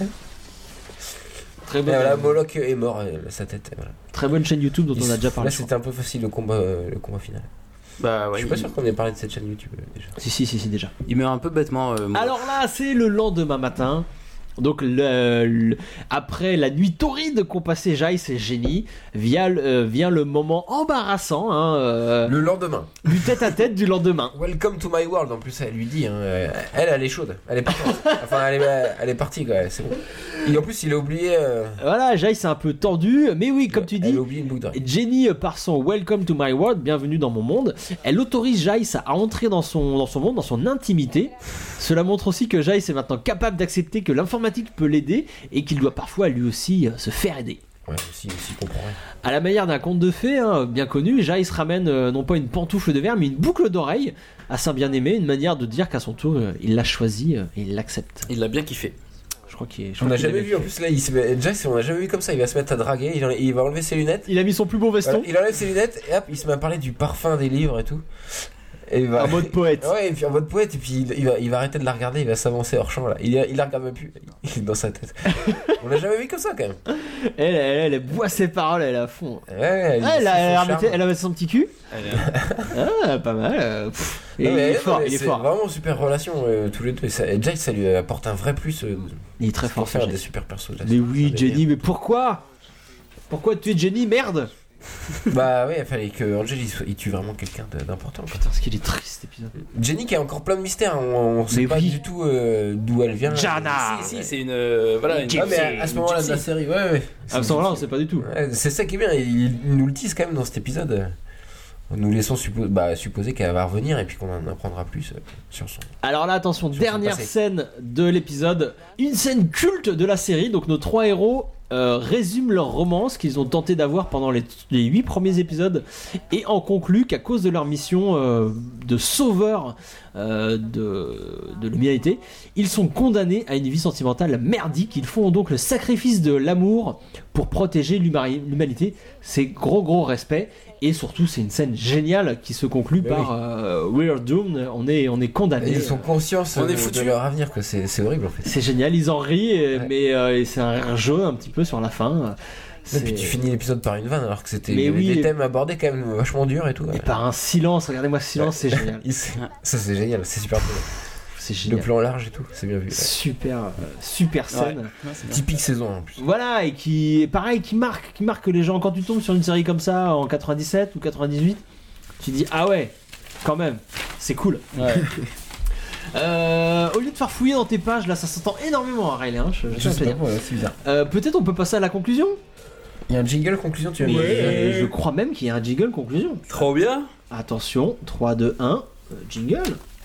Très bonne. Voilà, Moloch est mort, sa tête. Voilà. Très bonne chaîne YouTube dont on a déjà parlé. Là c'était un peu facile le combat final. Bah ouais, je suis pas sûr qu'on ait parlé de cette chaîne YouTube déjà. Si déjà. Il meurt un peu bêtement. Alors là, c'est le lendemain matin. Donc après la nuit torride qu'ont passé Jace et Jenny, vient le moment embarrassant. Le lendemain. Du tête-à-tête du lendemain. Welcome to my world. En plus, elle lui dit, elle est chaude. Elle est partie. Enfin, elle est partie quoi. C'est bon. Et en plus, il a oublié. Voilà, Jace est un peu tendu, mais oui, comme tu dis. Elle a oublié une boucle d'oreille. Jenny, par son Welcome to my world, bienvenue dans mon monde, elle autorise Jace à entrer dans son monde, dans son intimité. Cela montre aussi que Jace est maintenant capable d'accepter que l'informatique peut l'aider et qu'il doit parfois lui aussi se faire aider. Ouais, aussi comprend rien. À la manière d'un conte de fées bien connu, Jace ramène non pas une pantoufle de verre mais une boucle d'oreille à sa bien-aimée, une manière de dire qu'à son tour il l'a choisi et il l'accepte. Il l'a bien kiffé. On n'a jamais vu en plus là, Jace, on n'a jamais vu comme ça. Il va se mettre à draguer, il va enlever ses lunettes. Il a mis son plus beau veston. Il enlève ses lunettes et hop, il se met à parler du parfum des livres et tout. Et en mode poète. Ouais, et puis en mode poète, et puis il va arrêter de la regarder, il va s'avancer hors champ là. Il la regarde même plus, il est dans sa tête. On l'a jamais vu comme ça quand même. Elle boit ses paroles, elle est à fond. Ouais, elle a mis son petit cul. Pas mal. Il est fort. C'est vraiment une super relation tous les deux. Jace, ça lui apporte un vrai plus. Il est très fort. Pour faire des super persos. Mais oui, Jenny, mais pourquoi tu es Jenny, merde? Bah ouais, il fallait que Angel il tue vraiment quelqu'un d'important. Putain, ce qu'il est triste cet épisode. Jenny qui a encore plein de mystères, on sait pas du tout d'où elle vient. Jana. Si, c'est une voilà. Mais à ce moment-là de la série, ouais. À ce moment-là, on sait pas du tout. Ouais, c'est ça qui est bien, il nous le tease quand même dans cet épisode. Nous laissons supposer qu'elle va revenir et puis qu'on en apprendra plus sur son. Alors là, attention, dernière scène de l'épisode, une scène culte de la série. Donc nos 3 héros résument leur romance qu'ils ont tenté d'avoir pendant les 8 premiers épisodes et en concluent qu'à cause de leur mission de sauveur de l'humanité, ils sont condamnés à une vie sentimentale merdique. Ils font donc le sacrifice de l'amour pour protéger l'humanité. C'est gros respect. Et surtout, c'est une scène géniale qui se conclut par We're doomed, on est condamnés. Ils sont conscients de leur avenir, que c'est horrible en fait. C'est génial, ils en rient, mais c'est un jeu un petit peu sur la fin. Et puis tu finis l'épisode par une vanne alors que c'était des thèmes abordés quand même vachement durs et tout. Et par un silence, regardez-moi ce silence, c'est génial. Ça c'est génial, c'est super cool. C'est génial. Le plan large et tout, c'est bien vu. Super scène. Ouais, typique saison en plus. Voilà, et qui marque les gens. Quand tu tombes sur une série comme ça en 97 ou 98, tu dis ah ouais, quand même, c'est cool. Ouais. Au lieu de faire fouiller dans tes pages, là ça s'entend énormément à Riley, je sais pas, c'est bizarre. Peut-être on peut passer à la conclusion. Il y a un jingle conclusion, tu vas me dire. Je crois même qu'il y a un jingle conclusion. Trop bien. Attention, 3, 2, 1, jingle.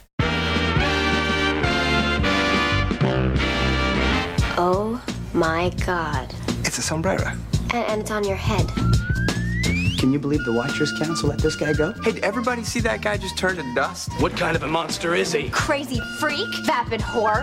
Oh my god. It's a sombrero. And it's on your head. Can you believe the Watchers Council let this guy go? Hey, did everybody see that guy just turn to dust? What kind of a monster is he? Crazy freak, vapid whore.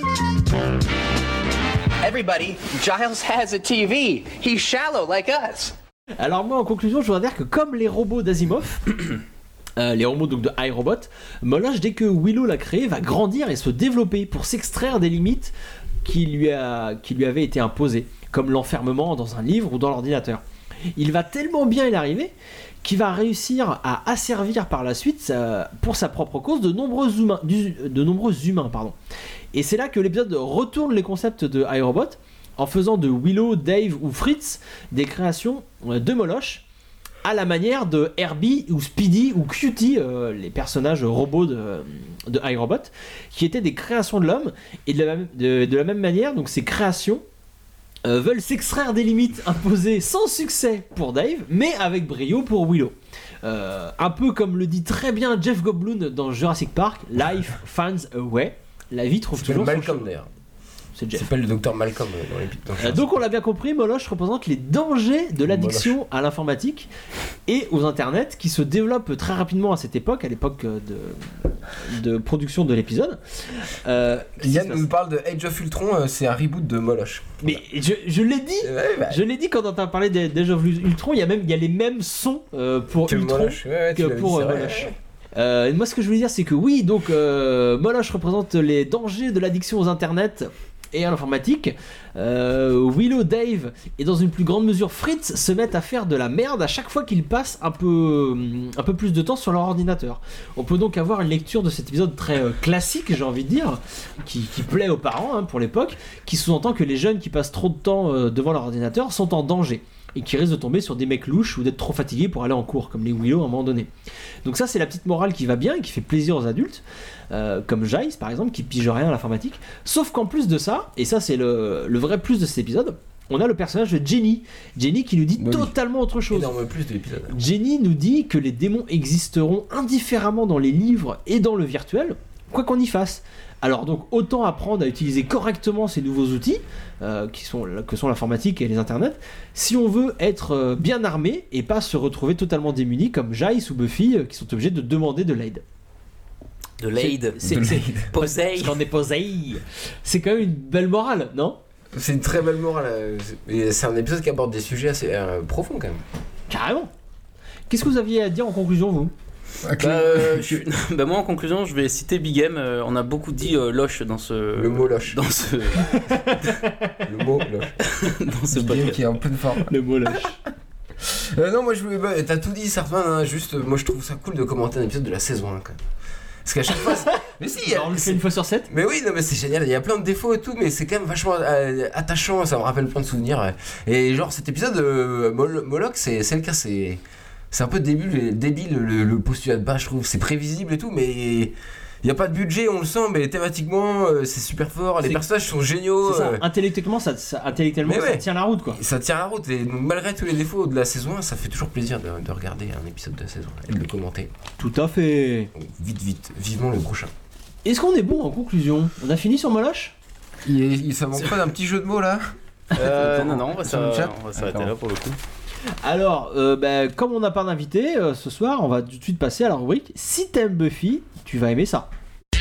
Everybody, Giles has a TV. He's shallow like us. Alors moi, en conclusion, je voudrais dire que comme les robots d'Asimov, les robots donc de iRobot, Moloch, dès que Willow l'a créé, va grandir et se développer pour s'extraire des limites qui lui avaient été imposées, comme l'enfermement dans un livre ou dans l'ordinateur. Il va tellement bien y arriver qu'il va réussir à asservir par la suite, pour sa propre cause, de nombreux humains. Et c'est là que l'épisode retourne les concepts de iRobot en faisant de Willow, Dave ou Fritz des créations de Moloch à la manière de Herbie ou Speedy ou Cutie, les personnages robots de iRobot, qui étaient des créations de l'homme. Et de la même manière, donc ces créations veulent s'extraire des limites imposées sans succès pour Dave, mais avec brio pour Willow. Un peu comme le dit très bien Jeff Goldblum dans Jurassic Park, Life finds a way. La vie trouve toujours son chemin. D'ailleurs. C'est Jeff. Il s'appelle le docteur Malcolm dans l'épisode. Donc on l'a bien compris, Moloch représente les dangers de l'addiction à l'informatique et aux internets qui se développent très rapidement à cette époque, à l'époque de production de l'épisode. Yann nous parle de Age of Ultron, c'est un reboot de Moloch. Mais je l'ai dit, je l'ai dit quand on t'a parlé d'Age of Ultron, il y a les mêmes sons pour que Ultron que pour Moloch. Moi ce que je voulais dire c'est que oui, donc Moloch représente les dangers de l'addiction aux internets et à l'informatique. Willow, Dave et dans une plus grande mesure Fritz se mettent à faire de la merde à chaque fois qu'ils passent un peu plus de temps sur leur ordinateur. On peut donc avoir une lecture de cet épisode très classique, j'ai envie de dire, qui plaît aux parents pour l'époque, qui sous-entend que les jeunes qui passent trop de temps devant leur ordinateur sont en danger et qui risquent de tomber sur des mecs louches ou d'être trop fatigués pour aller en cours, comme les Willow à un moment donné. Donc ça, c'est la petite morale qui va bien et qui fait plaisir aux adultes, comme Giles par exemple, qui pige rien à l'informatique. Sauf qu'en plus de ça, et ça c'est le vrai plus de cet épisode, on a le personnage de Jenny qui nous dit totalement autre chose. Énorme plus de l'épisode. Jenny nous dit que les démons existeront indifféremment dans les livres et dans le virtuel, quoi qu'on y fasse. Alors donc autant apprendre à utiliser correctement ces nouveaux outils que sont l'informatique et les internets, si on veut être bien armé et pas se retrouver totalement démuni comme Giles ou Buffy qui sont obligés de demander de l'aide. De l'aide. Posey. J'en ai posé. C'est quand même une belle morale, non ? C'est une très belle morale. Et c'est un épisode qui aborde des sujets assez profonds quand même. Carrément. Qu'est-ce que vous aviez à dire en conclusion, vous ? Moi en conclusion je vais citer Big M. On a beaucoup dit Loche dans ce... Le mot Loche. Dans ce... Le mot Loche. Dans ce Big M qui est en pleine forme. Le mot Loche. Non, moi je voulais... t'as tout dit Sartman, juste moi je trouve ça cool de commenter un épisode de la saison 1 quand même. Parce qu'à chaque fois... Mais si, on le fait une fois sur 7. Mais oui, non mais c'est génial, il y a plein de défauts et tout, mais c'est quand même vachement attachant, ça me rappelle plein de souvenirs. Et genre cet épisode Moloch, c'est le cas, c'est un peu débile le postulat de base, je trouve. C'est prévisible et tout, mais il n'y a pas de budget, on le sent, mais thématiquement, c'est super fort. Les personnages sont géniaux. C'est ça. Intellectuellement, ça tient la route, quoi. Ça tient la route, et malgré tous les défauts de la saison 1, ça fait toujours plaisir de regarder un épisode de la saison et de le commenter. Tout à fait. Donc, vite, vivement le prochain. Est-ce qu'on est bon en conclusion ? On a fini sur Moloch ? Ça manque pas d'un petit jeu de mots là ? Non, on va s'arrêter là pour le coup. Alors, comme on n'a pas d'invité ce soir, on va tout de suite passer à la rubrique. Si t'aimes Buffy, tu vas aimer ça.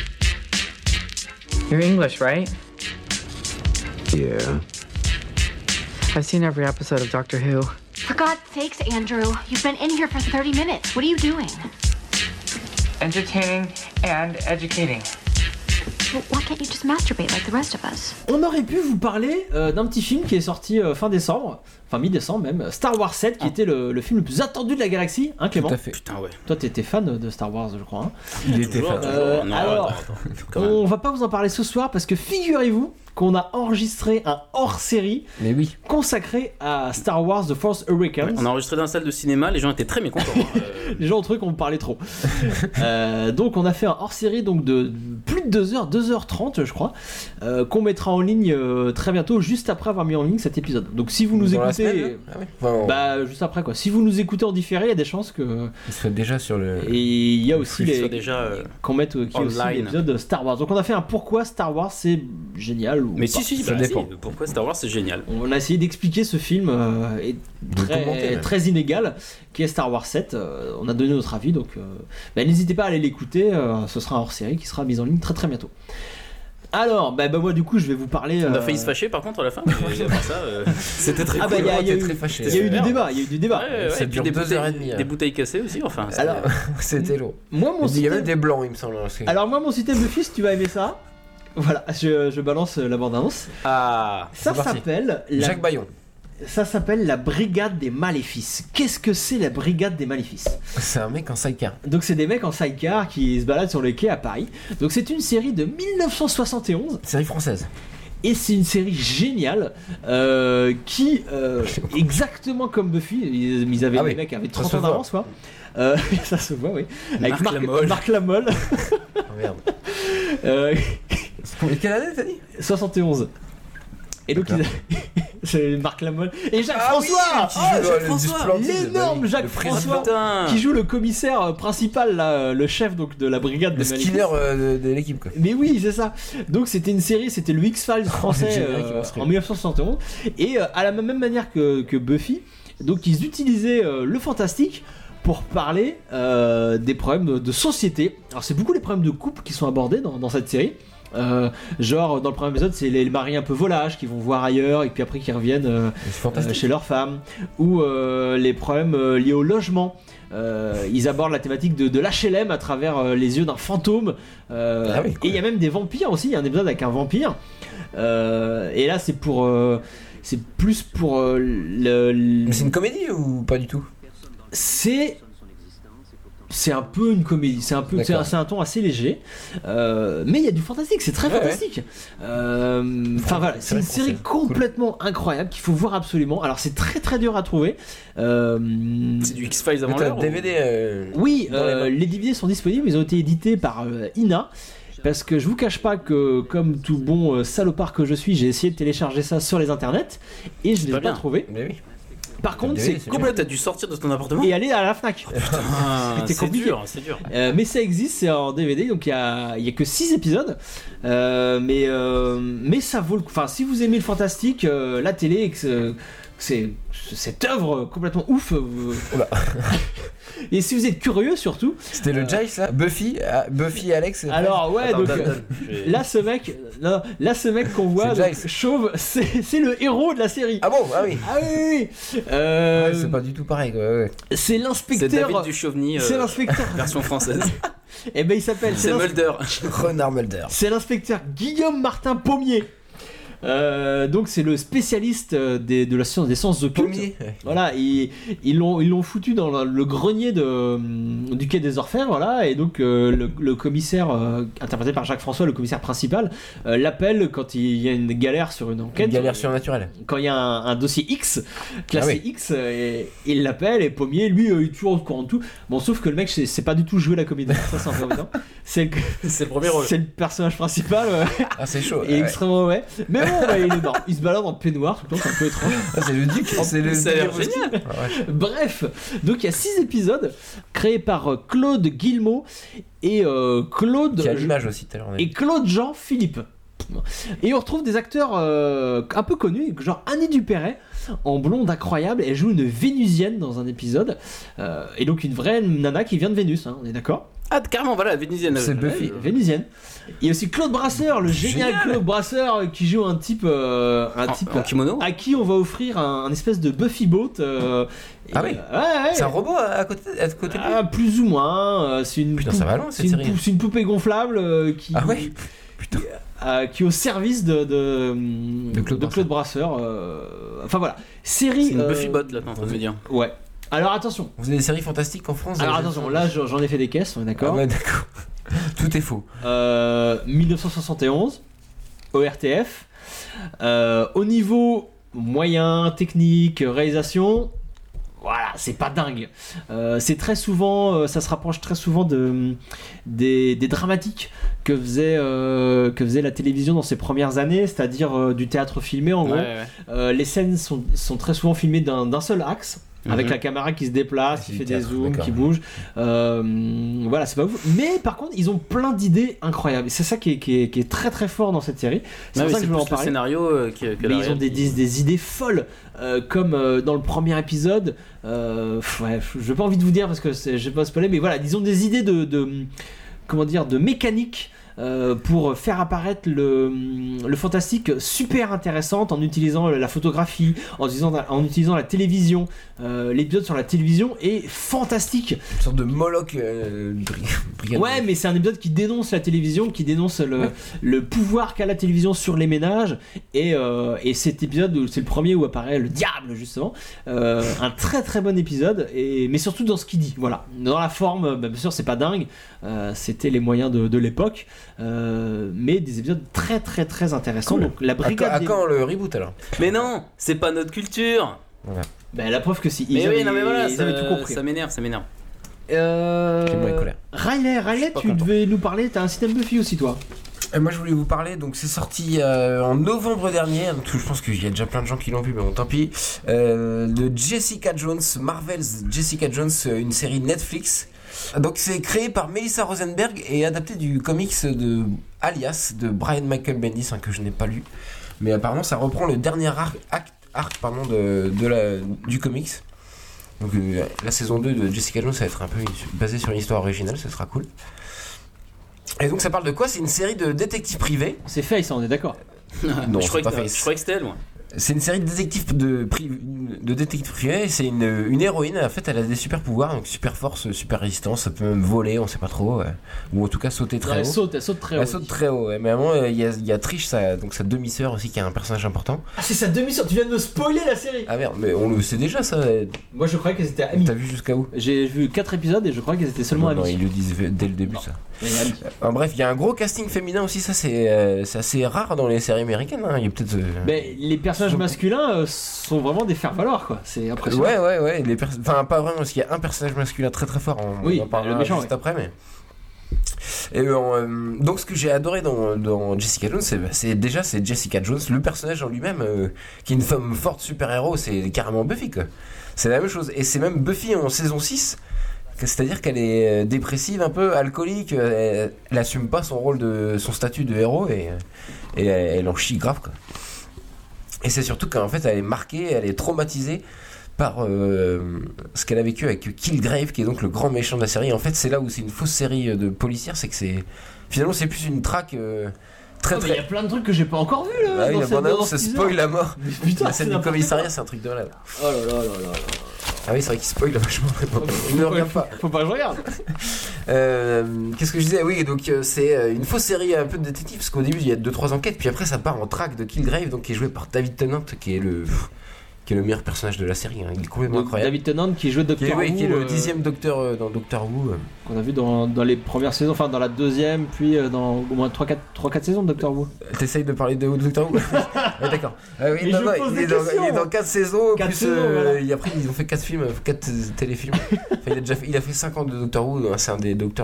You're English, right? Yeah. I've seen every episode of Doctor Who. For God's sakes, Andrew, you've been in here for 30 minutes. What are you doing? Entertaining and educating. Well, why can't you just masturbate like the rest of us? On aurait pu vous parler d'un petit film qui est sorti fin décembre, enfin mi-décembre même, Star Wars 7, qui était le film le plus attendu de la galaxie, hein Clément ? Tout à fait. Putain, ouais. Toi t'étais fan de Star Wars, je crois. Hein. Il était fan. Alors, on va pas vous en parler ce soir parce que figurez-vous qu'on a enregistré un hors-série consacré à Star Wars The Force Awakens. Ouais, on a enregistré dans la salle de cinéma, les gens étaient très mécontents. Les gens ont trouvé qu'on parlait trop. Donc on a fait un hors-série donc de plus de 2h30 je crois, qu'on mettra en ligne très bientôt, juste après avoir mis en ligne cet épisode. Donc si vous nous écoutez, juste après quoi. Si vous nous écoutez en différé, il y a des chances que il serait déjà sur le. Et il y a aussi qu'on mette aussi online. l'épisode Star Wars. Donc on a fait un pourquoi Star Wars c'est génial ou mais pas. ça dépend. Pourquoi Star Wars c'est génial. On a essayé d'expliquer ce film très inégal qui est Star Wars 7. On a donné notre avis, donc n'hésitez pas à aller l'écouter. Ce sera un hors-série qui sera mis en ligne très très bientôt. Alors, moi du coup je vais vous parler. On a failli se fâcher par contre à la fin. C'était très cool. Il y a eu du débat. Ça dure 2h30. Des bouteilles cassées aussi. Enfin. Alors, c'était long. Il y avait des blancs, il me semble. Alors moi mon système de fils, tu vas aimer ça. Voilà, je balance la bande-annonce. Ah. Ça s'appelle Jacques Bayon. Ça s'appelle la Brigade des Maléfices. Qu'est-ce que c'est la Brigade des Maléfices ? C'est un mec en sidecar. Donc c'est des mecs en sidecar qui se baladent sur les quais à Paris. Donc c'est une série de 1971. Série française. Et c'est une série géniale qui, exactement comme Buffy, ils avaient des mecs qui avaient 30 ans d'avance quoi. Ça se voit, oui. Avec Marc Lamolle. Oh merde. Quelle année t'as dit ? 71. Et donc c'est Marc Lamolle et Jacques François, l'énorme Jacques François qui joue le commissaire principal là, le chef donc de la brigade le Skinner de l'équipe quoi. Mais oui c'est ça. Donc c'était une série, c'était le X-Files français en 1971 et à la même manière que Buffy, donc ils utilisaient le fantastique pour parler des problèmes de société. Alors c'est beaucoup les problèmes de couple qui sont abordés dans cette série. Genre dans le premier épisode c'est les maris un peu volages qui vont voir ailleurs et puis après qui reviennent chez leurs femmes, ou les problèmes liés au logement. Ils abordent la thématique de l'HLM à travers les yeux d'un fantôme, et il y a même des vampires aussi, il y a un épisode avec un vampire, et là c'est plus pour Mais c'est une comédie ou pas du tout? C'est un peu une comédie, c'est un ton assez léger, mais il y a du fantastique, c'est très fantastique. Voilà, c'est une série complètement incroyable qu'il faut voir absolument. Alors c'est très très dur à trouver. C'est du X-Files avant l'heure. DVD. Oui, les DVD sont disponibles, ils ont été édités par Ina. Parce que je vous cache pas que, comme tout bon salopard que je suis, j'ai essayé de télécharger ça sur les internets et je ne l'ai pas trouvé. Mais oui. Par contre, c'est complètement. T'as dû sortir de ton appartement et aller à la Fnac. C'est dur. Mais ça existe, c'est en DVD, donc il y a que 6 épisodes. Mais ça vaut le coup. Enfin, si vous aimez le fantastique, la télé, et que c'est cette œuvre complètement ouf. Et si vous êtes curieux surtout. C'était le Jive ça Buffy et Alex. Alors ouais, donc là ce mec qu'on voit donc, chauve, c'est le héros de la série. Ah bon? Ah oui. Ah oui. C'est pas du tout pareil quoi. Ouais. C'est l'inspecteur. C'est David Duchovny. C'est l'inspecteur. Version française. Et ben il s'appelle. C'est Mulder. Renard Mulder. C'est l'inspecteur Guillaume Martin Pommier. Donc c'est le spécialiste de la science des sciences occultes. Voilà, ils l'ont foutu dans le grenier du quai des Orfèvres, voilà, et donc le commissaire interprété par Jacques François, le commissaire principal, l'appelle quand il y a une galère sur une enquête. Une galère surnaturelle. Quand il y a un dossier X, classé X, et il l'appelle, et Pommier, lui, il est toujours au courant de tout. Bon, sauf que le mec, c'est pas du tout jouer la comédie, ça c'est un peu évident. C'est le premier rôle. C'est le personnage principal. Ah, c'est chaud. Et extrêmement mais bon, il est mort. Il se balade en peignoir tout le temps, c'est un peu étrange. C'est le duc, c'est le ça a l'air génial. Ouais. Bref, donc il y a 6 épisodes créés par Claude Guillemot et Claude. Qui a l'image aussi tout à l'heure. Et Claude Jean-Philippe. Et on retrouve des acteurs un peu connus, genre Annie Dupéret en blonde incroyable. Elle joue une vénusienne dans un épisode, et donc une vraie nana qui vient de Vénus, hein, on est d'accord? Ah carrément, voilà, vénusienne. C'est Buffy. Vénusienne. Il y a aussi Claude Brasseur, le génial Claude Brasseur, qui joue un type en kimono, à qui on va offrir un espèce de Buffy boat. Ah oui. Ouais. C'est un robot à côté de lui. Plus ou moins. C'est une. Putain, ça va loin cette série. C'est une poupée gonflable qui. Ah ouais. Putain. Qui est au service de Claude Brasseur. Enfin voilà. Série. C'est une Buffy bot là, t'es en train de me dire. Ouais. Alors attention. Vous avez des séries fantastiques en France? Alors attention, là j'en ai fait des caisses, on est d'accord? Ah ouais, d'accord. Tout est faux. 1971, ORTF. Au niveau moyen, technique, réalisation, voilà, c'est pas dingue. C'est très souvent, ça se rapproche très souvent des dramatiques que faisait la télévision dans ses premières années, c'est-à-dire du théâtre filmé en gros. Les scènes sont très souvent filmées d'un seul axe. Avec la caméra qui se déplace, qui fait des zooms, qui bouge. Voilà, c'est pas ouf. Mais par contre, ils ont plein d'idées incroyables. Et c'est ça qui est très très fort dans cette série. C'est pour ça que je voulais en parler. Le scénario que mais ils ont des idées folles. Comme dans le premier épisode. J'ai pas envie de vous dire parce que je vais pas spoiler, mais voilà, ils ont des idées de mécanique. Pour faire apparaître le fantastique super intéressante en utilisant la photographie, en utilisant la télévision. L'épisode sur la télévision est fantastique. Une sorte de Moloch brigade. Ouais, mais c'est un épisode qui dénonce la télévision, qui dénonce le pouvoir qu'a la télévision sur les ménages. Et cet épisode, c'est le premier où apparaît le diable, justement. Un très très bon épisode, mais surtout dans ce qu'il dit. Voilà. Dans la forme, bien sûr, c'est pas dingue. C'était les moyens de l'époque. Mais des épisodes très très très intéressants. Cool. Donc la brigade. À quand le reboot alors? Mais non, c'est pas notre culture. Voilà. Ben la preuve que si. Mais oui, non mais voilà, ils avaient tout compris. Ça m'énerve. Riley, tu devais nous parler. T'as un système Buffy aussi, toi? Moi je voulais vous parler, donc c'est sorti en novembre dernier, donc je pense qu'il y a déjà plein de gens qui l'ont vu, mais bon tant pis, de Jessica Jones, Marvel's Jessica Jones, une série Netflix. Donc c'est créé par Melissa Rosenberg et adapté du comics de Alias de Brian Michael Bendis, que je n'ai pas lu, mais apparemment ça reprend le dernier arc du comics. Donc la saison 2 de Jessica Jones ça va être un peu basée sur une histoire originale, ça sera cool. Et donc ça parle de quoi? C'est une série de détectives privés. C'est Face, on est d'accord? Non, je crois que c'était elle, moi. C'est une série de détectives de détectives privés. C'est une héroïne. En fait, elle a des super pouvoirs, donc super force, super résistance. Ça peut même voler, on sait pas trop, ou en tout cas sauter très haut. Elle saute très haut. Elle saute très haut. Ouais. Mais à un moment, il y a Trish, donc sa demi-sœur aussi, qui a un personnage important. Ah, c'est sa demi-sœur. Tu viens de me spoiler la série. Ah merde, mais on le sait déjà ça. Moi, je croyais qu'elles étaient amies. T'as vu jusqu'à où? J'ai vu 4 épisodes et je crois qu'elles étaient seulement amies. Non, ils le disent dès le début, ça. Bref, il y a un gros casting féminin aussi. Ça, c'est assez rare dans les séries américaines. Il y a peut-être. Mais les personnages masculins sont vraiment des faire-valoir, quoi. C'est impressionnant. Ouais. Enfin, pas vraiment, parce qu'il y a un personnage masculin très très fort. On en parlera juste après, mais. Et donc ce que j'ai adoré dans Jessica Jones, c'est Jessica Jones, le personnage en lui-même, qui est une femme forte super-héros, c'est carrément Buffy, quoi. C'est la même chose. Et c'est même Buffy en saison 6. C'est-à-dire qu'elle est dépressive, un peu alcoolique, elle assume pas son statut de héros et elle en chie grave, quoi. Et c'est surtout qu'en fait elle est marquée, elle est traumatisée par ce qu'elle a vécu avec Killgrave, qui est donc le grand méchant de la série. En fait c'est là où c'est une fausse série de policières, c'est que finalement c'est plus une traque très. Il y a plein de trucs que j'ai pas encore vu là. Ah oui, la bande-annonce, ça spoil la mort. Putain, la scène du commissariat, c'est un truc de là. Oh là là. Ah oui, c'est vrai qu'il spoil vachement. Ne regarde pas. Faut pas que je regarde. Qu'est-ce que je disais? Oui, donc c'est une fausse série un peu de détective, parce qu'au début il y a 2-3 enquêtes, puis après ça part en track de Killgrave, donc qui est joué par David Tennant, qui est le meilleur personnage de la série. Il est complètement incroyable. David Tennant qui joue Doctor Who, qui est le 10e docteur dans Doctor Who. Qu'on a vu dans les premières saisons, enfin dans la deuxième, puis dans au moins 3-4 saisons de Doctor Who. T'essayes de parler de Doctor Who? Ouais, d'accord. Oui, il est dans 4 saisons, voilà. Après ils ont fait 4 films, 4 téléfilms. Enfin, il a fait 5 ans de Doctor Who, c'est un des docteurs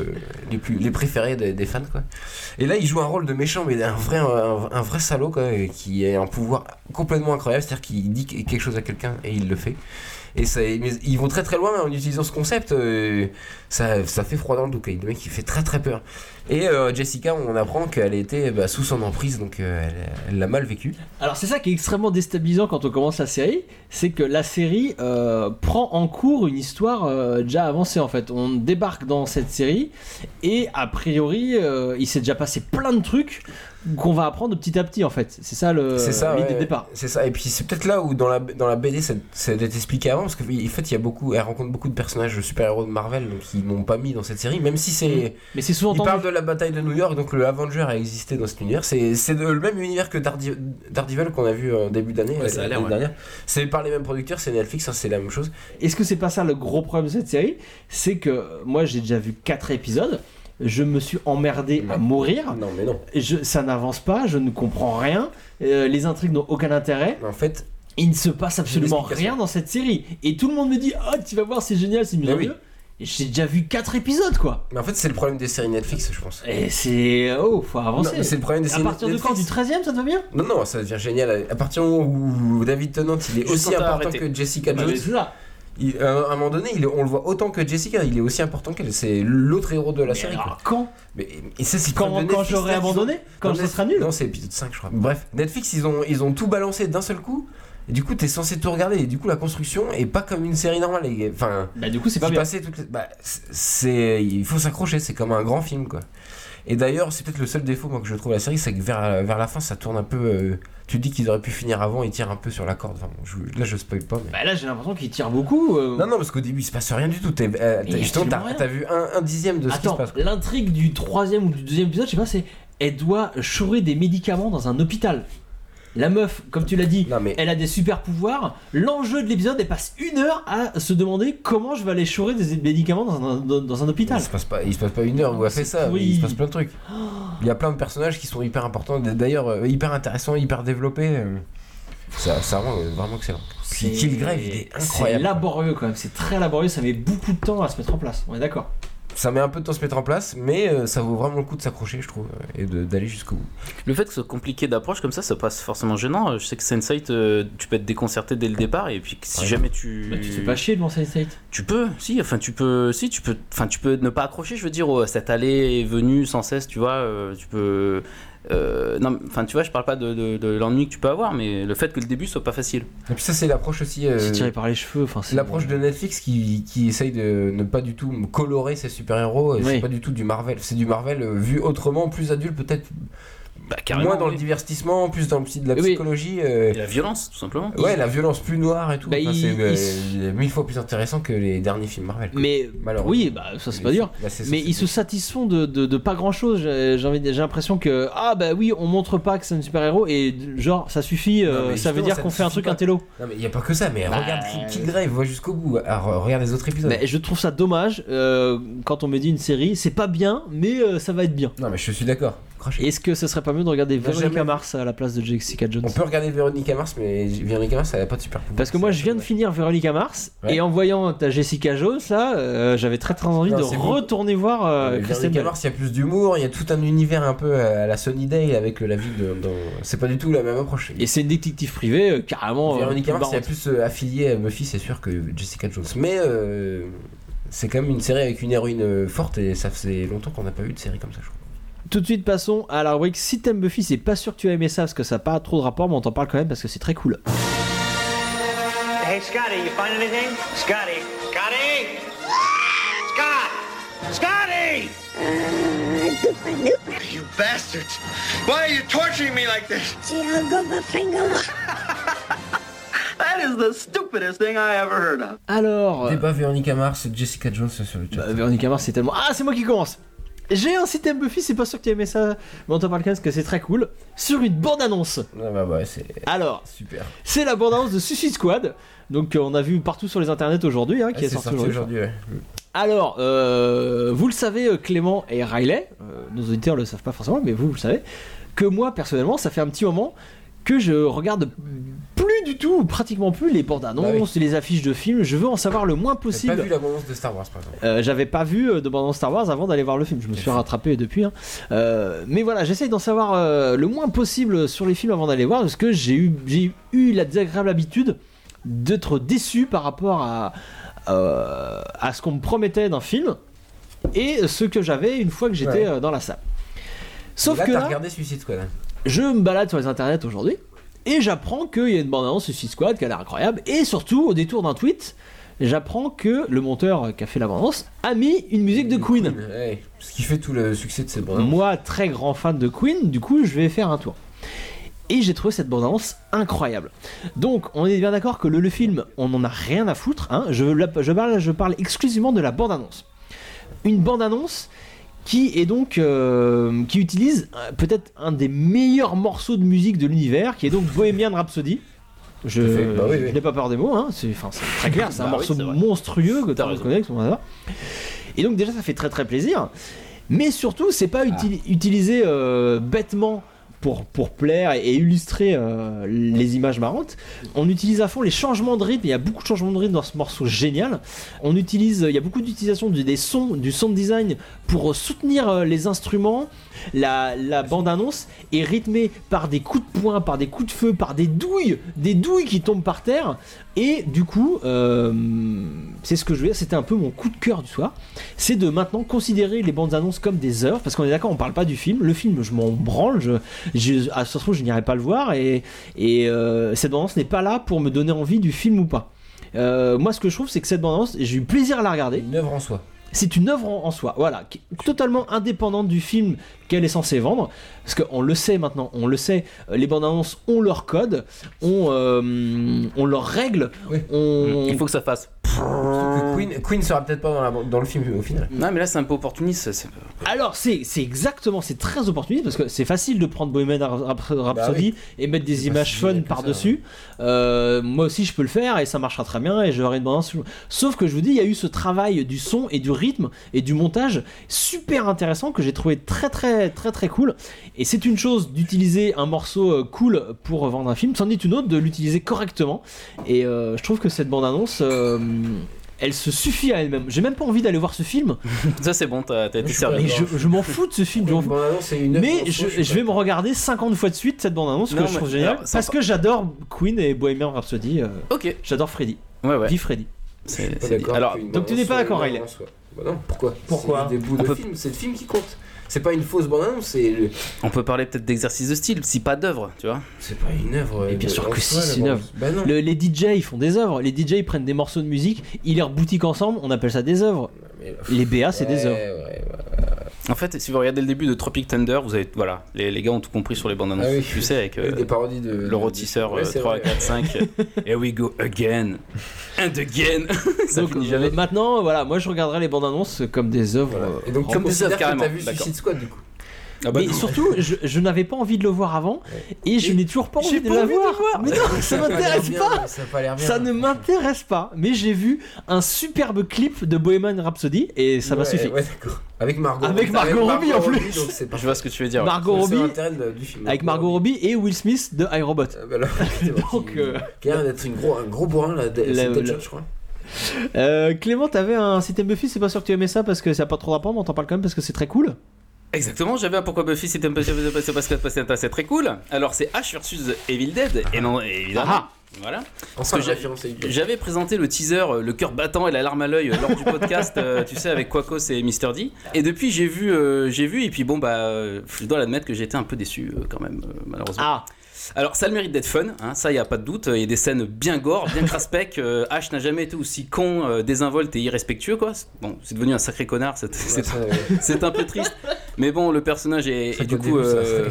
les préférés des fans, quoi. Et là il joue un rôle de méchant, mais un vrai salaud, quoi, qui a un pouvoir complètement incroyable, c'est-à-dire qu'il dit quelque chose à quelqu'un et il le fait. Et mais ils vont très très loin en utilisant ce concept, ça fait froid dans le dos, le mec il fait très très peur. Et Jessica, on apprend qu'elle était sous son emprise, donc elle l'a mal vécu. Alors c'est ça qui est extrêmement déstabilisant quand on commence la série, c'est que la série prend en cours une histoire déjà avancée en fait. On débarque dans cette série et a priori il s'est déjà passé plein de trucs qu'on va apprendre petit à petit en fait. C'est ça l'idée de départ. C'est ça, et puis c'est peut-être là où dans la BD ça a été expliqué avant, parce qu'en fait elle rencontre beaucoup de personnages de super-héros de Marvel, donc ils n'ont pas mis dans cette série, même si c'est. Mais c'est souvent. Ils parlent de la bataille de New York, donc le Avenger a existé dans cet univers. C'est le même univers que Daredevil qu'on a vu en début d'année, l'année dernière. C'est par les mêmes producteurs, c'est Netflix, c'est la même chose. Est-ce que c'est pas ça le gros problème de cette série? C'est que moi j'ai déjà vu 4 épisodes. Je me suis emmerdé à mourir. Non, mais non. Ça n'avance pas, je ne comprends rien. Les intrigues n'ont aucun intérêt. En fait. Il ne se passe absolument rien dans cette série. Et tout le monde me dit « Oh, tu vas voir, c'est génial, c'est mieux en mieux ». Et j'ai déjà vu 4 épisodes, quoi. Mais en fait, c'est le problème des séries Netflix, je pense. Et c'est... Oh, faut avancer. Non, c'est le problème des séries Netflix. À partir de quand, du 13e, ça te va bien? Non, ça devient génial. À partir du moment où David Tennant, il est aussi important que Jessica Jones. C'est ça. À un moment donné, on le voit autant que Jessica, il est aussi important qu'elle. C'est l'autre héros de la série. Alors, quand et ça, c'est quand j'aurai abandonné? Quand ça sera nul? Non, c'est épisode 5, je crois. Bref, Netflix, ils ont tout balancé d'un seul coup. Et du coup, t'es censé tout regarder. Et du coup, la construction est pas comme une série normale. Enfin, du coup, c'est pas bien. Il faut s'accrocher. C'est comme un grand film, quoi. Et d'ailleurs, c'est peut-être le seul défaut moi, que je trouve à la série, c'est que vers la fin, ça tourne un peu. Tu te dis qu'ils auraient pu finir avant, ils tirent un peu sur la corde. Enfin, là, je spoil pas. Mais... là, j'ai l'impression qu'ils tirent beaucoup. Non, parce qu'au début, il se passe rien du tout. Justement, t'as vu un dixième de ce qui se passe. Quoi. L'intrigue du 3e ou du 2e épisode, je sais pas, c'est elle doit chourer des médicaments dans un hôpital. La meuf, comme tu l'as dit, elle a des super pouvoirs. L'enjeu de l'épisode, elle passe 1 heure à se demander comment je vais aller chourer des médicaments dans un hôpital. Il se passe pas 1 heure où elle fait ça, il se passe plein de trucs. Il y a plein de personnages qui sont hyper importants, d'ailleurs hyper intéressants, hyper développés. Ça rend vraiment excellent. Killgrave, il est incroyable. C'est laborieux quand même, c'est très laborieux, ça met beaucoup de temps à se mettre en place, on est d'accord. Ça met un peu de temps à se mettre en place, mais ça vaut vraiment le coup de s'accrocher, je trouve, et d'aller jusqu'au bout. Le fait que ce soit compliqué d'approche comme ça passe forcément gênant. Je sais que Sense8, tu peux être déconcerté dès le départ, et puis si jamais tu... tu te fais pas chier devant Sense8. Tu peux ne pas accrocher, je veux dire, cette allée et venue sans cesse, tu vois, tu peux... non, enfin tu vois, je parle pas de l'ennui que tu peux avoir, mais le fait que le début soit pas facile. Et puis ça, c'est l'approche aussi. C'est tiré par les cheveux. C'est l'approche de Netflix qui essaye de ne pas du tout colorer ses super-héros. Oui. C'est pas du tout du Marvel. C'est du Marvel vu autrement, plus adulte peut-être. Moins dans le divertissement, plus dans la psychologie. Et la violence, tout simplement. Ouais, la violence plus noire et tout. C'est 1000 fois plus intéressant que les derniers films Marvel. Mais oui, ça c'est pas dur. Mais ils se satisfont de pas grand chose. J'ai l'impression que on montre pas que c'est un super héros et genre ça suffit. Ça veut dire qu'on fait un truc intello. Non mais il y a pas que ça. Mais regarde Killgrave, va jusqu'au bout. Alors, regarde les autres épisodes. Mais je trouve ça dommage quand on me dit une série, c'est pas bien, mais ça va être bien. Non mais je suis d'accord. Est-ce que ce serait pas mieux de regarder Veronica Mars à la place de Jessica Jones? On peut regarder Veronica Mars, mais Veronica Mars elle a pas de super pouvoir. Parce que moi je viens de finir Veronica Mars et en voyant ta Jessica Jones là, j'avais très envie de retourner voir Kristen Bell. Veronica Mars, il y a plus d'humour, il y a tout un univers un peu à la Sunnydale avec la vie c'est pas du tout la même approche. Et c'est une détective privée carrément. Veronica Mars, il y a plus affilié à Buffy, c'est sûr, que Jessica Jones. Mais c'est quand même une série avec une héroïne forte et ça faisait longtemps qu'on n'a pas eu de série comme ça, je crois. Tout de suite, passons à la rubrique. Si t'aimes Buffy, c'est pas sûr que tu as aimé ça parce que ça n'a pas trop de rapport, mais on t'en parle quand même parce que c'est très cool. Hey Scotty, you find anything? Scotty! Scotty! You bastards! Why are you torturing me like this? That is the stupidest thing I ever heard of. Alors. Débat Veronica Mars, Jessica Jones sur le chat. Veronica Mars, c'est tellement. Ah, c'est moi qui commence! J'ai un système Buffy, c'est pas sûr que tu aimais ça, mais on t'en parle quand même parce que c'est très cool. Sur une bande-annonce. C'est. Alors, super. C'est la bande-annonce de Suicide Squad, donc on a vu partout sur les internets aujourd'hui, qui est sorti aujourd'hui. Ouais. Alors, vous le savez, Clément et Riley, nos auditeurs le savent pas forcément, mais vous le savez, que moi personnellement, ça fait un petit moment que je regarde plus du tout, ou pratiquement plus, les bandes annonces, les affiches de films. Je veux en savoir le moins possible. T'as pas vu la bande annonce de Star Wars, par exemple? J'avais pas vu de bande annonce Star Wars avant d'aller voir le film. Je me suis rattrapé depuis. Mais voilà, j'essaye d'en savoir le moins possible sur les films avant d'aller voir, parce que j'ai eu la désagréable habitude d'être déçu par rapport à ce qu'on me promettait d'un film et ce que j'avais une fois que j'étais dans la salle. Sauf là, que t'as regardé Suicide Squad. Je me balade sur les internets aujourd'hui et j'apprends qu'il y a une bande-annonce Suicide Squad qui a l'air incroyable, et surtout au détour d'un tweet j'apprends que le monteur qui a fait la bande-annonce a mis une musique de Queen. Ouais, ce qui fait tout le succès de cette bande-annonce. Moi, très grand fan de Queen, du coup je vais faire un tour. Et j'ai trouvé cette bande-annonce incroyable. Donc on est bien d'accord que le film, on en a rien à foutre, je parle exclusivement de la bande-annonce. Une bande-annonce qui est donc qui utilise peut-être un des meilleurs morceaux de musique de l'univers, qui est donc Bohemian Rhapsody. Je n'ai pas peur des mots, c'est très clair, c'est un morceau monstrueux que tu reconnais. Et donc déjà ça fait très très plaisir, mais surtout c'est pas utilisé bêtement pour plaire et illustrer les images marrantes. On utilise à fond les changements de rythme, il y a beaucoup de changements de rythme dans ce morceau génial. Il y a beaucoup d'utilisation du sound design pour soutenir les instruments. La bande-annonce est rythmée par des coups de poing, par des coups de feu, par des douilles qui tombent par terre. Et du coup, c'est ce que je veux dire, c'était un peu mon coup de cœur du soir. C'est de maintenant considérer les bandes-annonces comme des œuvres, parce qu'on est d'accord, on parle pas du film. Le film, je m'en branle, à ce moment, je n'irai pas le voir, et cette bande-annonce n'est pas là pour me donner envie du film ou pas. Moi, ce que je trouve, c'est que cette bande-annonce, j'ai eu plaisir à la regarder. Une œuvre en soi. C'est une œuvre en soi, voilà, totalement indépendante du film qu'elle est censée vendre, parce qu'on le sait maintenant, les bandes annonces ont leur code, ont leurs règles, il faut que ça fasse. Queen sera peut-être pas dans le film au final. Non, mais là c'est un peu opportuniste. Alors c'est exactement, c'est très opportuniste parce que c'est facile de prendre Bohemian Rhapsody et mettre des images fun par-dessus. Moi aussi je peux le faire et ça marchera très bien et j'aurai une bande. Sauf que je vous dis, il y a eu ce travail du son et du rythme et du montage super intéressant que j'ai trouvé très cool. Et c'est une chose d'utiliser un morceau cool pour vendre un film, c'en est une autre de l'utiliser correctement. Et je trouve que cette bande-annonce, elle se suffit à elle-même. J'ai même pas envie d'aller voir ce film. Ça c'est bon, t'as été servi. Je m'en fous de ce film. Mais je vais me regarder 50 fois de suite cette bande-annonce que je trouve géniale. Parce que j'adore Queen et Bohemian Rhapsody. J'adore Freddie. Ouais. Vive Freddie. Alors, donc tu n'es pas d'accord, Riley? Bah non, pourquoi c'est des bouts de film, c'est le film qui compte. C'est pas une fausse bande-annonce, c'est le... On peut parler peut-être d'exercice de style, si pas d'œuvre, tu vois. C'est pas une œuvre. Et bien sûr que si, c'est une œuvre. Bah non. Les DJ ils font des œuvres. Les DJ ils prennent des morceaux de musique, ils les reboutiquent ensemble, on appelle ça des œuvres. Les BA c'est des œuvres. En fait, si vous regardez le début de Tropic Thunder, vous avez, voilà, les gars ont tout compris sur les bandes annonces. Tu sais, avec des parodies de le rôtisseur 3, 4, 5. Here we go again and again. Ça donc finit jamais. Maintenant, voilà, moi je regarderai les bandes annonces comme des œuvres. Voilà. Et donc comme des œuvres carrément. T'as vu Suicide Squad du coup. Mais surtout, je n'avais pas envie de le voir avant et je n'ai toujours pas envie de le voir. Mais non, ça m'intéresse pas. Ça ne m'intéresse pas. Mais j'ai vu un superbe clip de Bohemian Rhapsody et ça m'a suffi. Ouais, d'accord. Avec Margot Robbie en plus. Je vois ce que tu veux dire. Margot Robbie avec Margot Robbie et Will Smith de iRobot. Donc, qui a l'air d'être un gros bourrin là, c'est Deadshot, je crois. Clément, t'avais un Si t'aimes Buffy, c'est pas sûr que tu aimais ça parce que ça n'a pas trop rapport, mais on t'en parle quand même parce que c'est très cool. Exactement, j'avais un pourquoi Buffy c'était un peu parce que c'est très cool. Alors c'est Ash versus Evil Dead et non évidemment. Voilà. Parce que j'avais présenté le teaser, le cœur battant et la larme à l'œil lors du podcast, tu sais, avec Quacos et Mr. D. Et depuis j'ai vu et puis bon je dois l'admettre que j'ai été un peu déçu quand même malheureusement. Alors ça a le mérite d'être fun, hein, ça y a pas de doute. Il y a des scènes bien gore, bien crasse-pec. Ash n'a jamais été aussi con, désinvolte et irrespectueux quoi. Bon, c'est devenu un sacré connard, c'est un peu triste. Mais bon, le personnage est du coup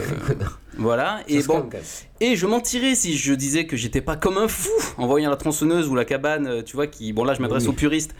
voilà. Et bon, et je mentirais si je disais que j'étais pas comme un fou en voyant la tronçonneuse ou la cabane, tu vois, qui bon là je m'adresse aux puristes.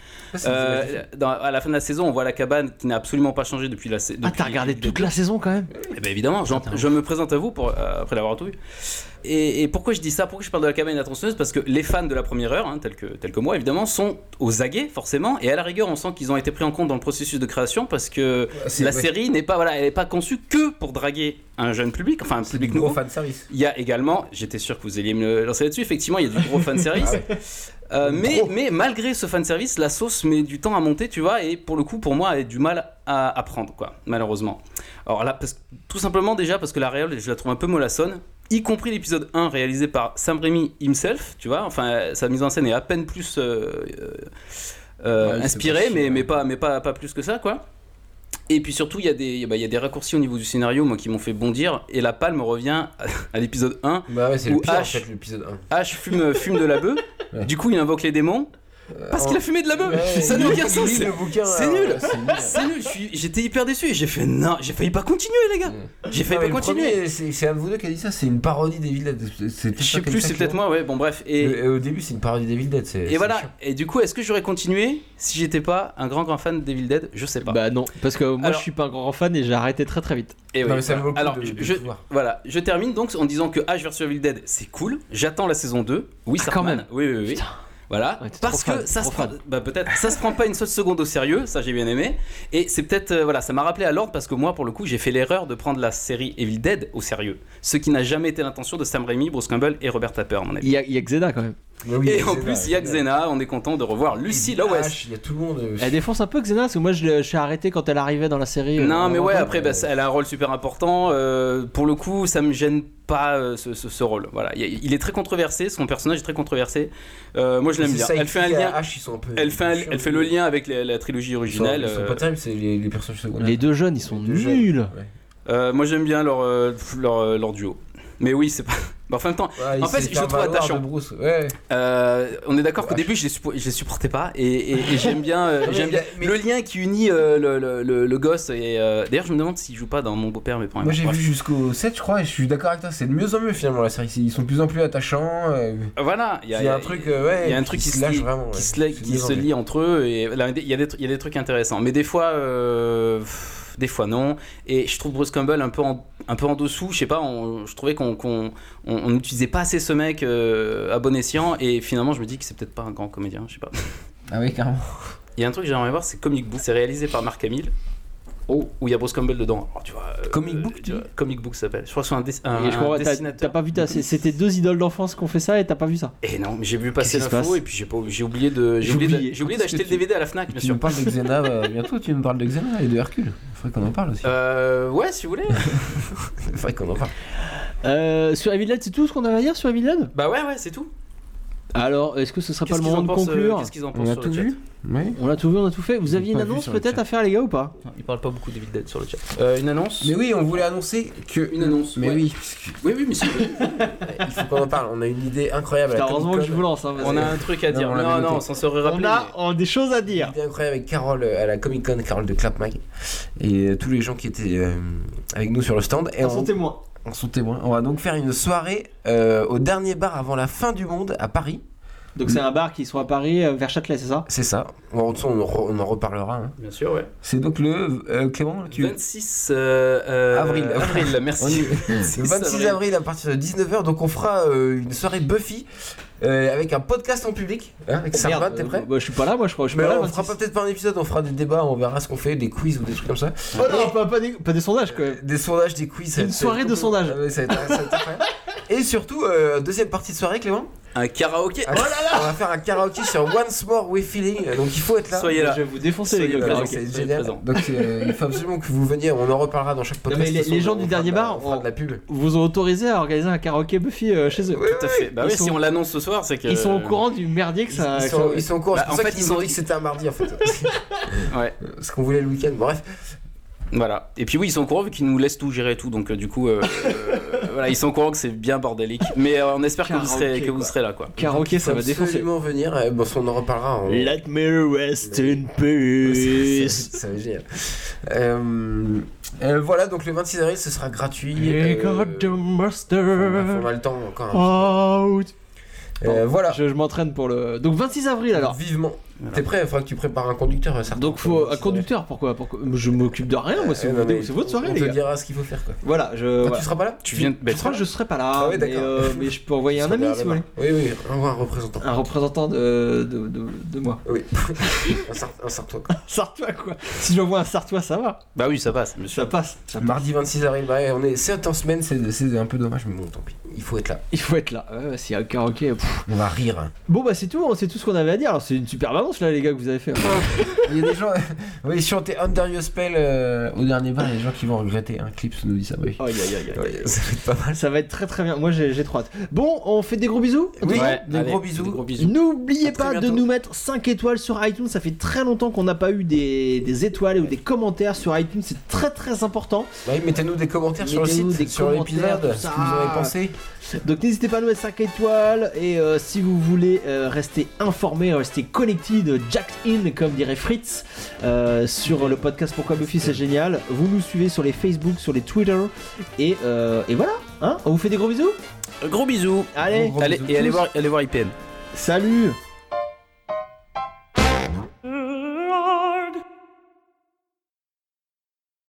À la fin de la saison, on voit la cabane qui n'a absolument pas changé depuis la saison. T'as regardé toute la saison quand même? Eh ben évidemment, je me présente à vous après l'avoir tout vu. Et pourquoi je dis ça? Pourquoi je parle de la cabane et de la tronçonneuse? Parce que les fans de la première heure, hein, tels que moi évidemment, sont aux aguets forcément, et à la rigueur on sent qu'ils ont été pris en compte dans le processus de création parce que la série n'est pas elle n'est pas conçue que pour draguer un jeune public, enfin un public nouveau. Fan service. Il y a également, j'étais sûr que vous alliez me lancer là-dessus, effectivement il y a du gros fan service. Mais malgré ce fan service, la sauce met du temps à monter, tu vois, et pour le coup pour moi elle a du mal à prendre quoi, malheureusement. Alors là tout simplement déjà parce que la réelle je la trouve un peu mollassonne, y compris l'épisode 1 réalisé par Sam Raimi himself, tu vois, enfin sa mise en scène est à peine plus inspirée, mais pas plus que ça quoi. Et puis surtout il y a des raccourcis au niveau du scénario moi qui m'ont fait bondir, et la palme revient à l'épisode 1 c'est où Ash, en fait, l'épisode 1. Ash fume de la bœuf, du coup il invoque les démons. Parce qu'il a fumé de la bœuf, ça n'a aucun sens. C'est nul. J'étais hyper déçu et j'ai failli pas continuer les gars. J'ai failli pas continuer. C'est un de vous deux qui a dit ça, c'est une parodie d'Evil Dead. Je sais plus, c'est peut-être moi, ouais. Bon bref. Et au début c'est une parodie d'Evil Dead. Et voilà. Chiant. Et du coup, est-ce que j'aurais continué si j'étais pas un grand fan d'Evil Dead? Je sais pas. Bah non, parce que moi je suis pas un grand fan et j'ai arrêté très vite. Et ouais, alors je termine donc en disant que Ash vs Evil Dead c'est cool. J'attends la saison 2. Oui, ça quand même. Oui. Voilà, parce que ça se prend, peut-être, ça se prend pas une seule seconde au sérieux, ça j'ai bien aimé. Et c'est peut-être, voilà, ça m'a rappelé à l'ordre parce que moi, pour le coup, j'ai fait l'erreur de prendre la série Evil Dead au sérieux. Ce qui n'a jamais été l'intention de Sam Raimi, Bruce Campbell et Robert Tapper, à mon avis. Il y a Xena quand même. Oui, et en plus, il y a Xena, on est content de revoir Lucy Lawless. Il y a tout le monde. Elle défonce un peu Xena, parce que moi je suis arrêté quand elle arrivait dans la série. Non, mais ouais, après, elle a un rôle super important. Pour le coup, ça me gêne pas ce rôle. Voilà, il est très controversé, son personnage est très controversé. Moi, je l'aime bien. Elle fait un lien. Elle fait le lien avec la trilogie originelle. Ils sont pas terribles, c'est les personnages secondaires. Les deux jeunes, ils sont nuls. Moi, j'aime bien leur duo. Mais oui, c'est pas. Bah, en même temps, en fait, je le trouve attachant. On est d'accord qu'au début, je les supportais pas, et j'aime bien, le lien qui unit le gosse. Et d'ailleurs, je me demande s'il joue pas dans Mon beau-père, mais pas. Moi, j'ai vu jusqu'au 7, je crois, et je suis d'accord avec toi. C'est de mieux en mieux finalement la série. Ils sont de plus en plus attachants. Voilà, il y a un truc, il y a un truc qui se lie entre eux, et là, il y a des trucs intéressants. Mais des fois non, et je trouve Bruce Campbell un peu en dessous, je sais pas, je trouvais qu'on n'utilisait pas assez ce mec à bon escient, et finalement je me dis que c'est peut-être pas un grand comédien, je sais pas. Ah oui, carrément. Il y a un truc que j'aimerais voir, c'est Comic Book, c'est réalisé par Mark Hamill. Où il y a Bruce Campbell dedans. Alors, tu vois, Comic Book, Comic Book ça s'appelle. Je crois que c'est un dessinateur. T'as pas vu c'était deux idoles d'enfance qui ont fait ça et t'as pas vu ça. Et non, mais j'ai vu passer l'info et puis j'ai oublié d'acheter le DVD à la Fnac, bien sûr. Tu me parles de Xena bientôt, tu me parles de Xena et de Hercule. Il faudrait qu'on en parle aussi. Ouais, si vous voulez. Il faudrait qu'on en parle. Sur Evil Dead, c'est tout ce qu'on avait à dire sur Evil Dead ? Bah ouais, c'est tout. Alors, est-ce que ce serait pas le moment de conclure ? Qu'est-ce qu'ils en pensent on a sur tout le chat ? vu. Oui. On a tout vu, on a tout fait. Vous aviez une annonce peut-être à faire, les gars, ou pas ? Il parle pas beaucoup d'Evil Dead sur le chat. Une annonce ? Mais oui, on voulait annoncer que. Une annonce. Mais ouais. oui. Oui, mais c'est. Il faut qu'on en parle. On a une idée incroyable. Heureusement que je vous lance. On a un truc à dire. Non, on s'en serait rappelé. On a des choses à dire. Une idée incroyable avec Carole à la Comic Con, Carole de Clapmag, et tous les gens qui étaient avec nous sur le stand. Et on sont témoins. On sont témoins. On va donc faire une soirée au dernier bar avant la fin du monde à Paris. Donc c'est un bar qui sont à Paris vers Châtelet, c'est ça ? C'est ça. On en reparlera. Hein. Bien sûr, ouais. C'est donc le Clément 26 avril, merci. Le 26 avril à partir de 19h, donc on fera une soirée Buffy avec un podcast en public. Avec Sarbat, t'es prêt ? Je suis pas là, moi je crois. On fera peut-être pas un épisode, on fera des débats, on verra ce qu'on fait, des quiz ou des trucs comme ça. Oh non, pas des sondages quand même. Des sondages, des quiz. Une soirée de sondages. Ça va être et surtout, deuxième partie de soirée, Clément ? Un karaoké. Oh là là. On va faire un karaoké sur Once More We Feeling. Donc il faut être là. Soyez là. Je vais vous défoncer les gars. C'est génial. Donc il faut absolument que vous veniez. On en reparlera dans chaque podcast. Non, mais les gens du dernier bar de la pub. Vous ont autorisé à organiser un karaoké Buffy chez eux. Oui, tout à fait. Bah oui, si on l'annonce ce soir, c'est que. Ils sont au courant du merdier que ça. Ils sont au courant. En fait, ils ont dit que c'était un mardi en fait. Ouais. Parce qu'on voulait le week-end. Bref. Voilà. Et puis oui, ils sont au courant vu qu'ils nous laissent tout gérer et tout. Donc du coup, voilà, ils sont au courant que c'est bien bordélique. Mais on espère que vous serez là, quoi. Karaoké, ça va défoncer. Absolument venir. Bon, on en reparlera. Let me rest in peace. Ça va être génial. Voilà, donc le 26 avril, ce sera gratuit. On a le temps encore. Voilà. Je m'entraîne pour le. Donc 26 avril alors. Vivement. Voilà. T'es prêt ? Il faudra que tu prépares un conducteur. Donc faut un conducteur. Pourquoi Je m'occupe de rien. Moi, c'est votre soirée, les gars. On te dira ce qu'il faut faire, quoi. Voilà. Tu seras pas là ? Je crois que je serai pas là. Ah oui, d'accord. Mais je peux envoyer un ami si vous voulez. Oui, un représentant. Un représentant de moi. Oui. Un Sartois. Un Sartois, quoi. Si j'envoie un Sartois, ça va. Bah oui, ça passe. Ça passe. Mardi 26 avril. C'est en semaine. C'est un peu dommage, mais bon, tant pis. Il faut être là. Ouais, s'il y a un karaoké. On va rire. Bon, bah c'est tout ce qu'on avait à dire. Alors, c'est une super annonce là, les gars, que vous avez fait. Il y a des gens. Oui, chanter Under Your Spell au dernier bar, il y a des gens qui vont regretter. Clips nous dit ça, oui. Aïe. Ça va être pas mal. Ça va être très très bien. Moi, j'ai trop hâte. Bon, on fait des gros bisous. Oui, des gros bisous. N'oubliez pas de nous mettre 5 étoiles sur iTunes. Ça fait très longtemps qu'on n'a pas eu des étoiles ou des commentaires sur iTunes. C'est très très important. Oui, mettez-nous des commentaires sur le site, sur l'épisode, ce que vous en avez pensé. Donc n'hésitez pas à nous mettre 5 étoiles. Et si vous voulez rester informé, rester connecté de Jacked In, comme dirait Fritz, sur le podcast Pourquoi Buffy c'est génial, vous nous suivez sur les Facebook, sur les Twitter. Et voilà, hein, on vous fait des gros bisous. Gros bisous. Allez, allez voir IPN. Salut.